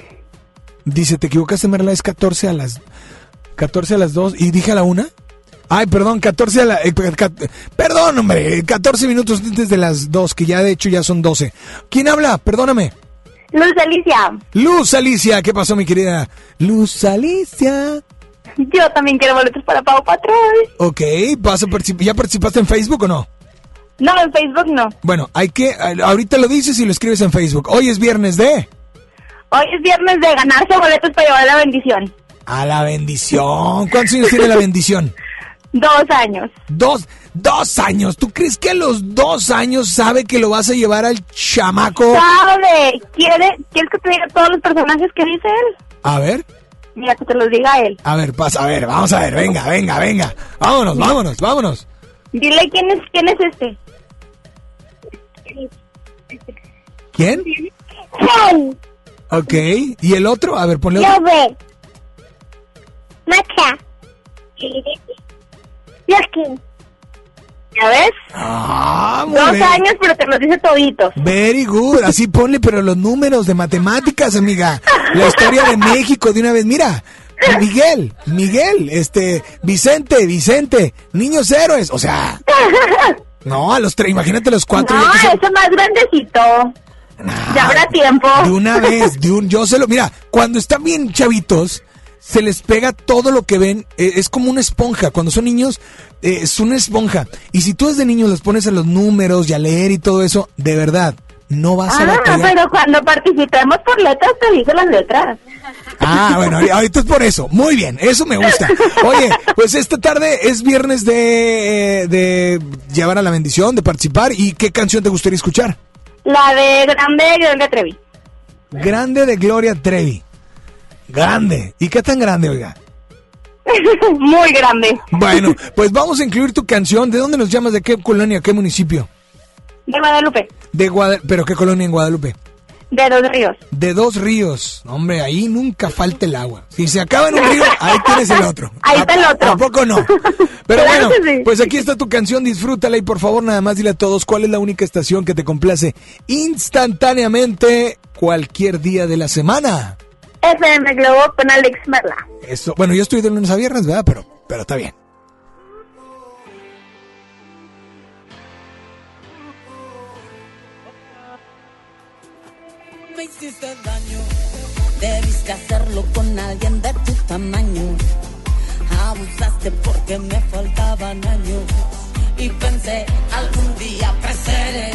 Dice, te equivocaste, Merla, es catorce a las catorce a las dos y dije a la una. Ay, perdón, catorce a la eh, perdón, hombre, catorce minutos antes de las dos, que ya de hecho ya son doce. ¿Quién habla? Perdóname. Luz Alicia. Luz Alicia, ¿qué pasó, mi querida? Luz Alicia. Yo también quiero boletos para Paw Patrol. Ok, ¿vas a particip- ¿ya participaste en Facebook o no? No, en Facebook no. Bueno, hay que, ahorita lo dices y lo escribes en Facebook. Hoy es viernes de... Hoy es viernes de ganarse boletos para llevar a la bendición. A la bendición. ¿Cuántos años tiene la bendición? Dos años. Dos, dos años. ¿Tú crees que a los dos años sabe que lo vas a llevar al chamaco? Sabe. ¿Quiere, ¿Quieres que te diga todos los personajes que dice él? A ver. Mira, que te los diga él. A ver, pasa, a ver, vamos a ver, venga, venga, venga. Vámonos, vámonos, vámonos. Dile quién es, quién es este. ¿Quién? Ken. Ok, ¿y el otro? A ver, ponle otro. Lobe. Macha. Yoski. ¿Ya ves? Ah, muy Dos bien. años, pero te los dice toditos. Very good, así ponle, pero los números de matemáticas, amiga. La historia de México de una vez, mira. Miguel, Miguel, este, Vicente, Vicente, niños héroes, o sea. No, a los tres, imagínate los cuatro. No, ya que son- eso más grandecito. Ya habrá tiempo. De una vez, de un, yo se lo, mira, cuando están bien chavitos, se les pega todo lo que ven, eh, es como una esponja, cuando son niños, eh, es una esponja, y si tú desde niño les pones a los números y a leer y todo eso, de verdad, no vas a Ah, batallar. pero cuando participemos por letras, te dice las letras. Ah, bueno, ahorita es por eso, muy bien, eso me gusta. Oye, pues esta tarde es viernes de, eh, de llevar a la bendición, de participar, ¿y qué canción te gustaría escuchar? La de Grande de Gloria Trevi. Grande de Gloria Trevi. Grande. ¿Y qué tan grande, oiga? Muy grande. Bueno, pues vamos a incluir tu canción. ¿De dónde nos llamas? ¿De qué colonia? ¿Qué municipio? De Guadalupe. De Guadalupe. ¿Pero qué colonia en Guadalupe? De Dos Ríos. De Dos Ríos. Hombre, ahí nunca falta el agua. Si se acaba en un río, ahí tienes el otro. Ahí está el otro. Tampoco no. Pero Claro bueno, que sí. pues aquí está tu canción, disfrútala y por favor nada más dile a todos cuál es la única estación que te complace instantáneamente cualquier día de la semana. F M Globo con Alex Merla. Eso, bueno, yo estoy de lunes a viernes, ¿verdad? Pero, pero está bien. Me hiciste daño, debiste hacerlo con alguien de tu tamaño. Abusaste porque me faltaban años y pensé algún día creceré.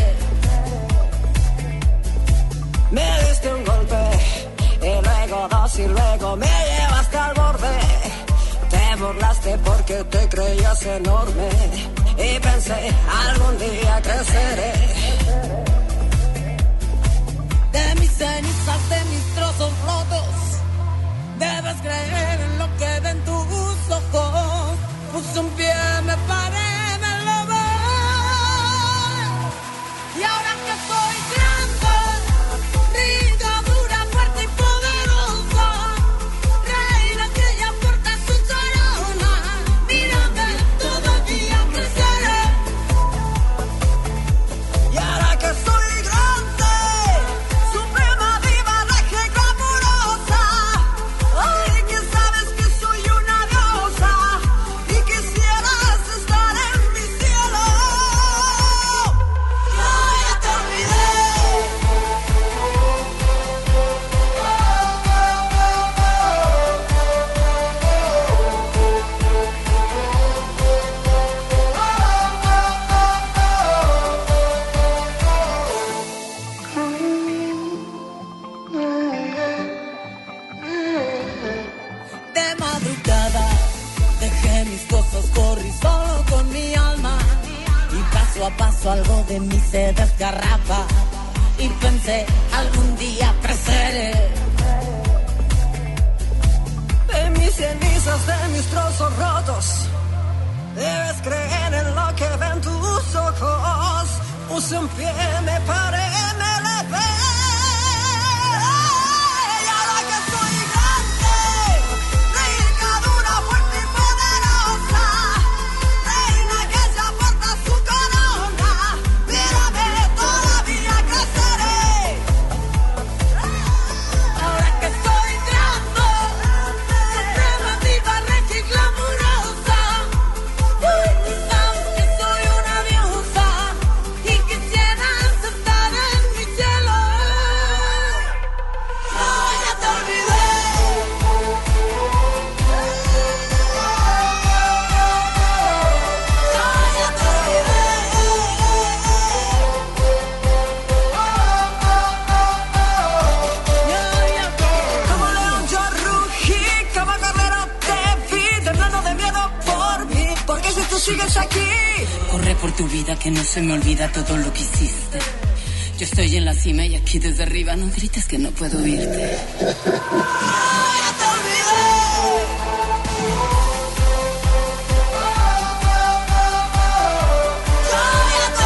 Me diste un golpe y luego dos y luego me llevaste al borde. Te burlaste porque te creías enorme y pensé algún día creceré. De mis cenizas, de mis trozos rotos, debes creer en lo que ven tus ojos. Puse un pie, me paré, me lo voy. Y ahora que soy grande, rica, dura, fuerte y poderosa, reina que ya porta su corona, mírame, todavía creceré. Y ahora que soy grande, suprema, viva, regia y glamurosa, ay, que sabes que soy una diosa y quisieras estar en mi cielo. Yo ya te olvidé. De madrugada dejé mis cosas, corrí solo con mi alma y paso a paso algo de mí se desgarraba y pensé algún día creceré. De mis cenizas, de mis trozos rotos, debes creer en lo que ven tus ojos. Puse un pie, me paré, me levé. Y ahora que soy grande, rica, dura, fuerte y poderosa, reina que ya porta su corona, mírame, todavía creceré. Ahora que soy grande, suprema, diva, regia y glamurosa, uy, tú sabes que soy una diosa y quisieras estar en mi cielo. Yo ya te olvidé. Yo ya te olvidé. Como león yo rugí, como guerrero te vi, temblando de miedo por mí, porque si tú sigues aquí. Corre por tu vida que no se me olvida todo lo que hiciste. Yo estoy en la cima y aquí desde arriba no grites que no puedo oírte. Yo ya te olvidé. Yo ya te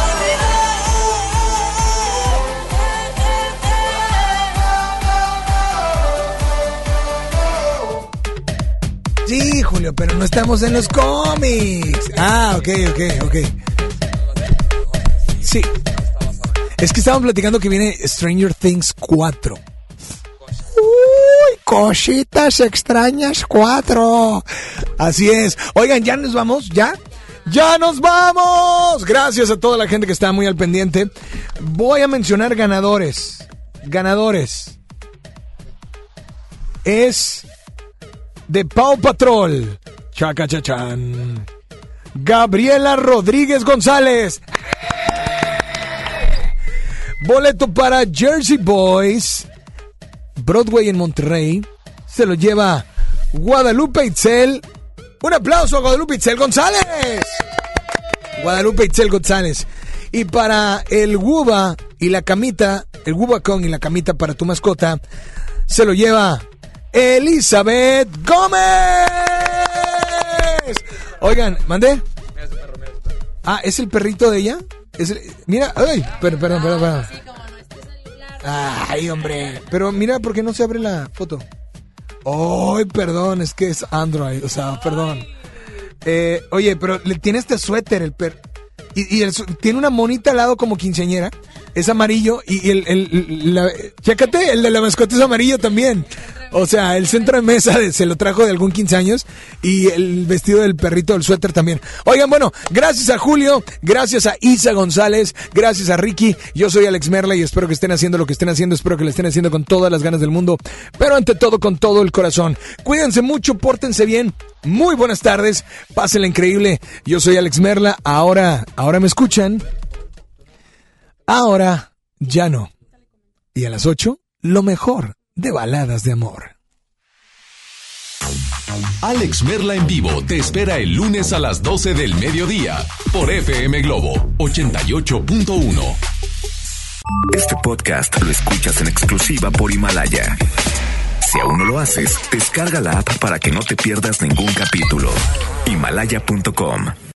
olvidé. Sí, Julio, pero no estamos en los cómics. Ah, ok, ok, ok. Sí. Es que estaban platicando que viene Stranger Things cuatro. Uy, cositas extrañas cuatro. Así es. Oigan, ¿ya nos vamos? ¿Ya? ¡Ya nos vamos! Gracias a toda la gente que está muy al pendiente. Voy a mencionar ganadores. Ganadores. Es de Paw Patrol. Chaca chachan. Gabriela Rodríguez González. Boleto para Jersey Boys, Broadway en Monterrey. Se lo lleva Guadalupe Itzel. Un aplauso a Guadalupe Itzel González. Guadalupe Itzel González. Y para el Wuba y la camita, el Wubacón y la camita para tu mascota, se lo lleva Elizabeth Gómez. Oigan, ¿mandé? Ah, ¿es el perrito de ella? Es el, mira, ay, perdón, perdón, perdón, perdón. Ay, hombre. Pero mira, ¿por qué no se abre la foto? Ay, perdón, es que es Android, o sea, perdón. Eh, oye, pero le tiene este suéter el perro. Y, y el, tiene una monita al lado como quinceañera. Es amarillo y el, el, la, chécate, el de la mascota es amarillo también. O sea, el centro de mesa de- se lo trajo de algún quince años y el vestido del perrito del suéter también. Oigan, bueno, gracias a Julio, gracias a Isa González, gracias a Ricky. Yo soy Alex Merla y espero que estén haciendo lo que estén haciendo. Espero que lo estén haciendo con todas las ganas del mundo, pero ante todo con todo el corazón. Cuídense mucho, pórtense bien. Muy buenas tardes, pásenla increíble. Yo soy Alex Merla. Ahora, ahora me escuchan. Ahora ya no. Y a las ocho, lo mejor de baladas de amor. Alex Merla en vivo te espera el lunes a las doce del mediodía por F M Globo ochenta y ocho punto uno. Este podcast lo escuchas en exclusiva por Himalaya. Si aún no lo haces, descarga la app para que no te pierdas ningún capítulo. Himalaya punto com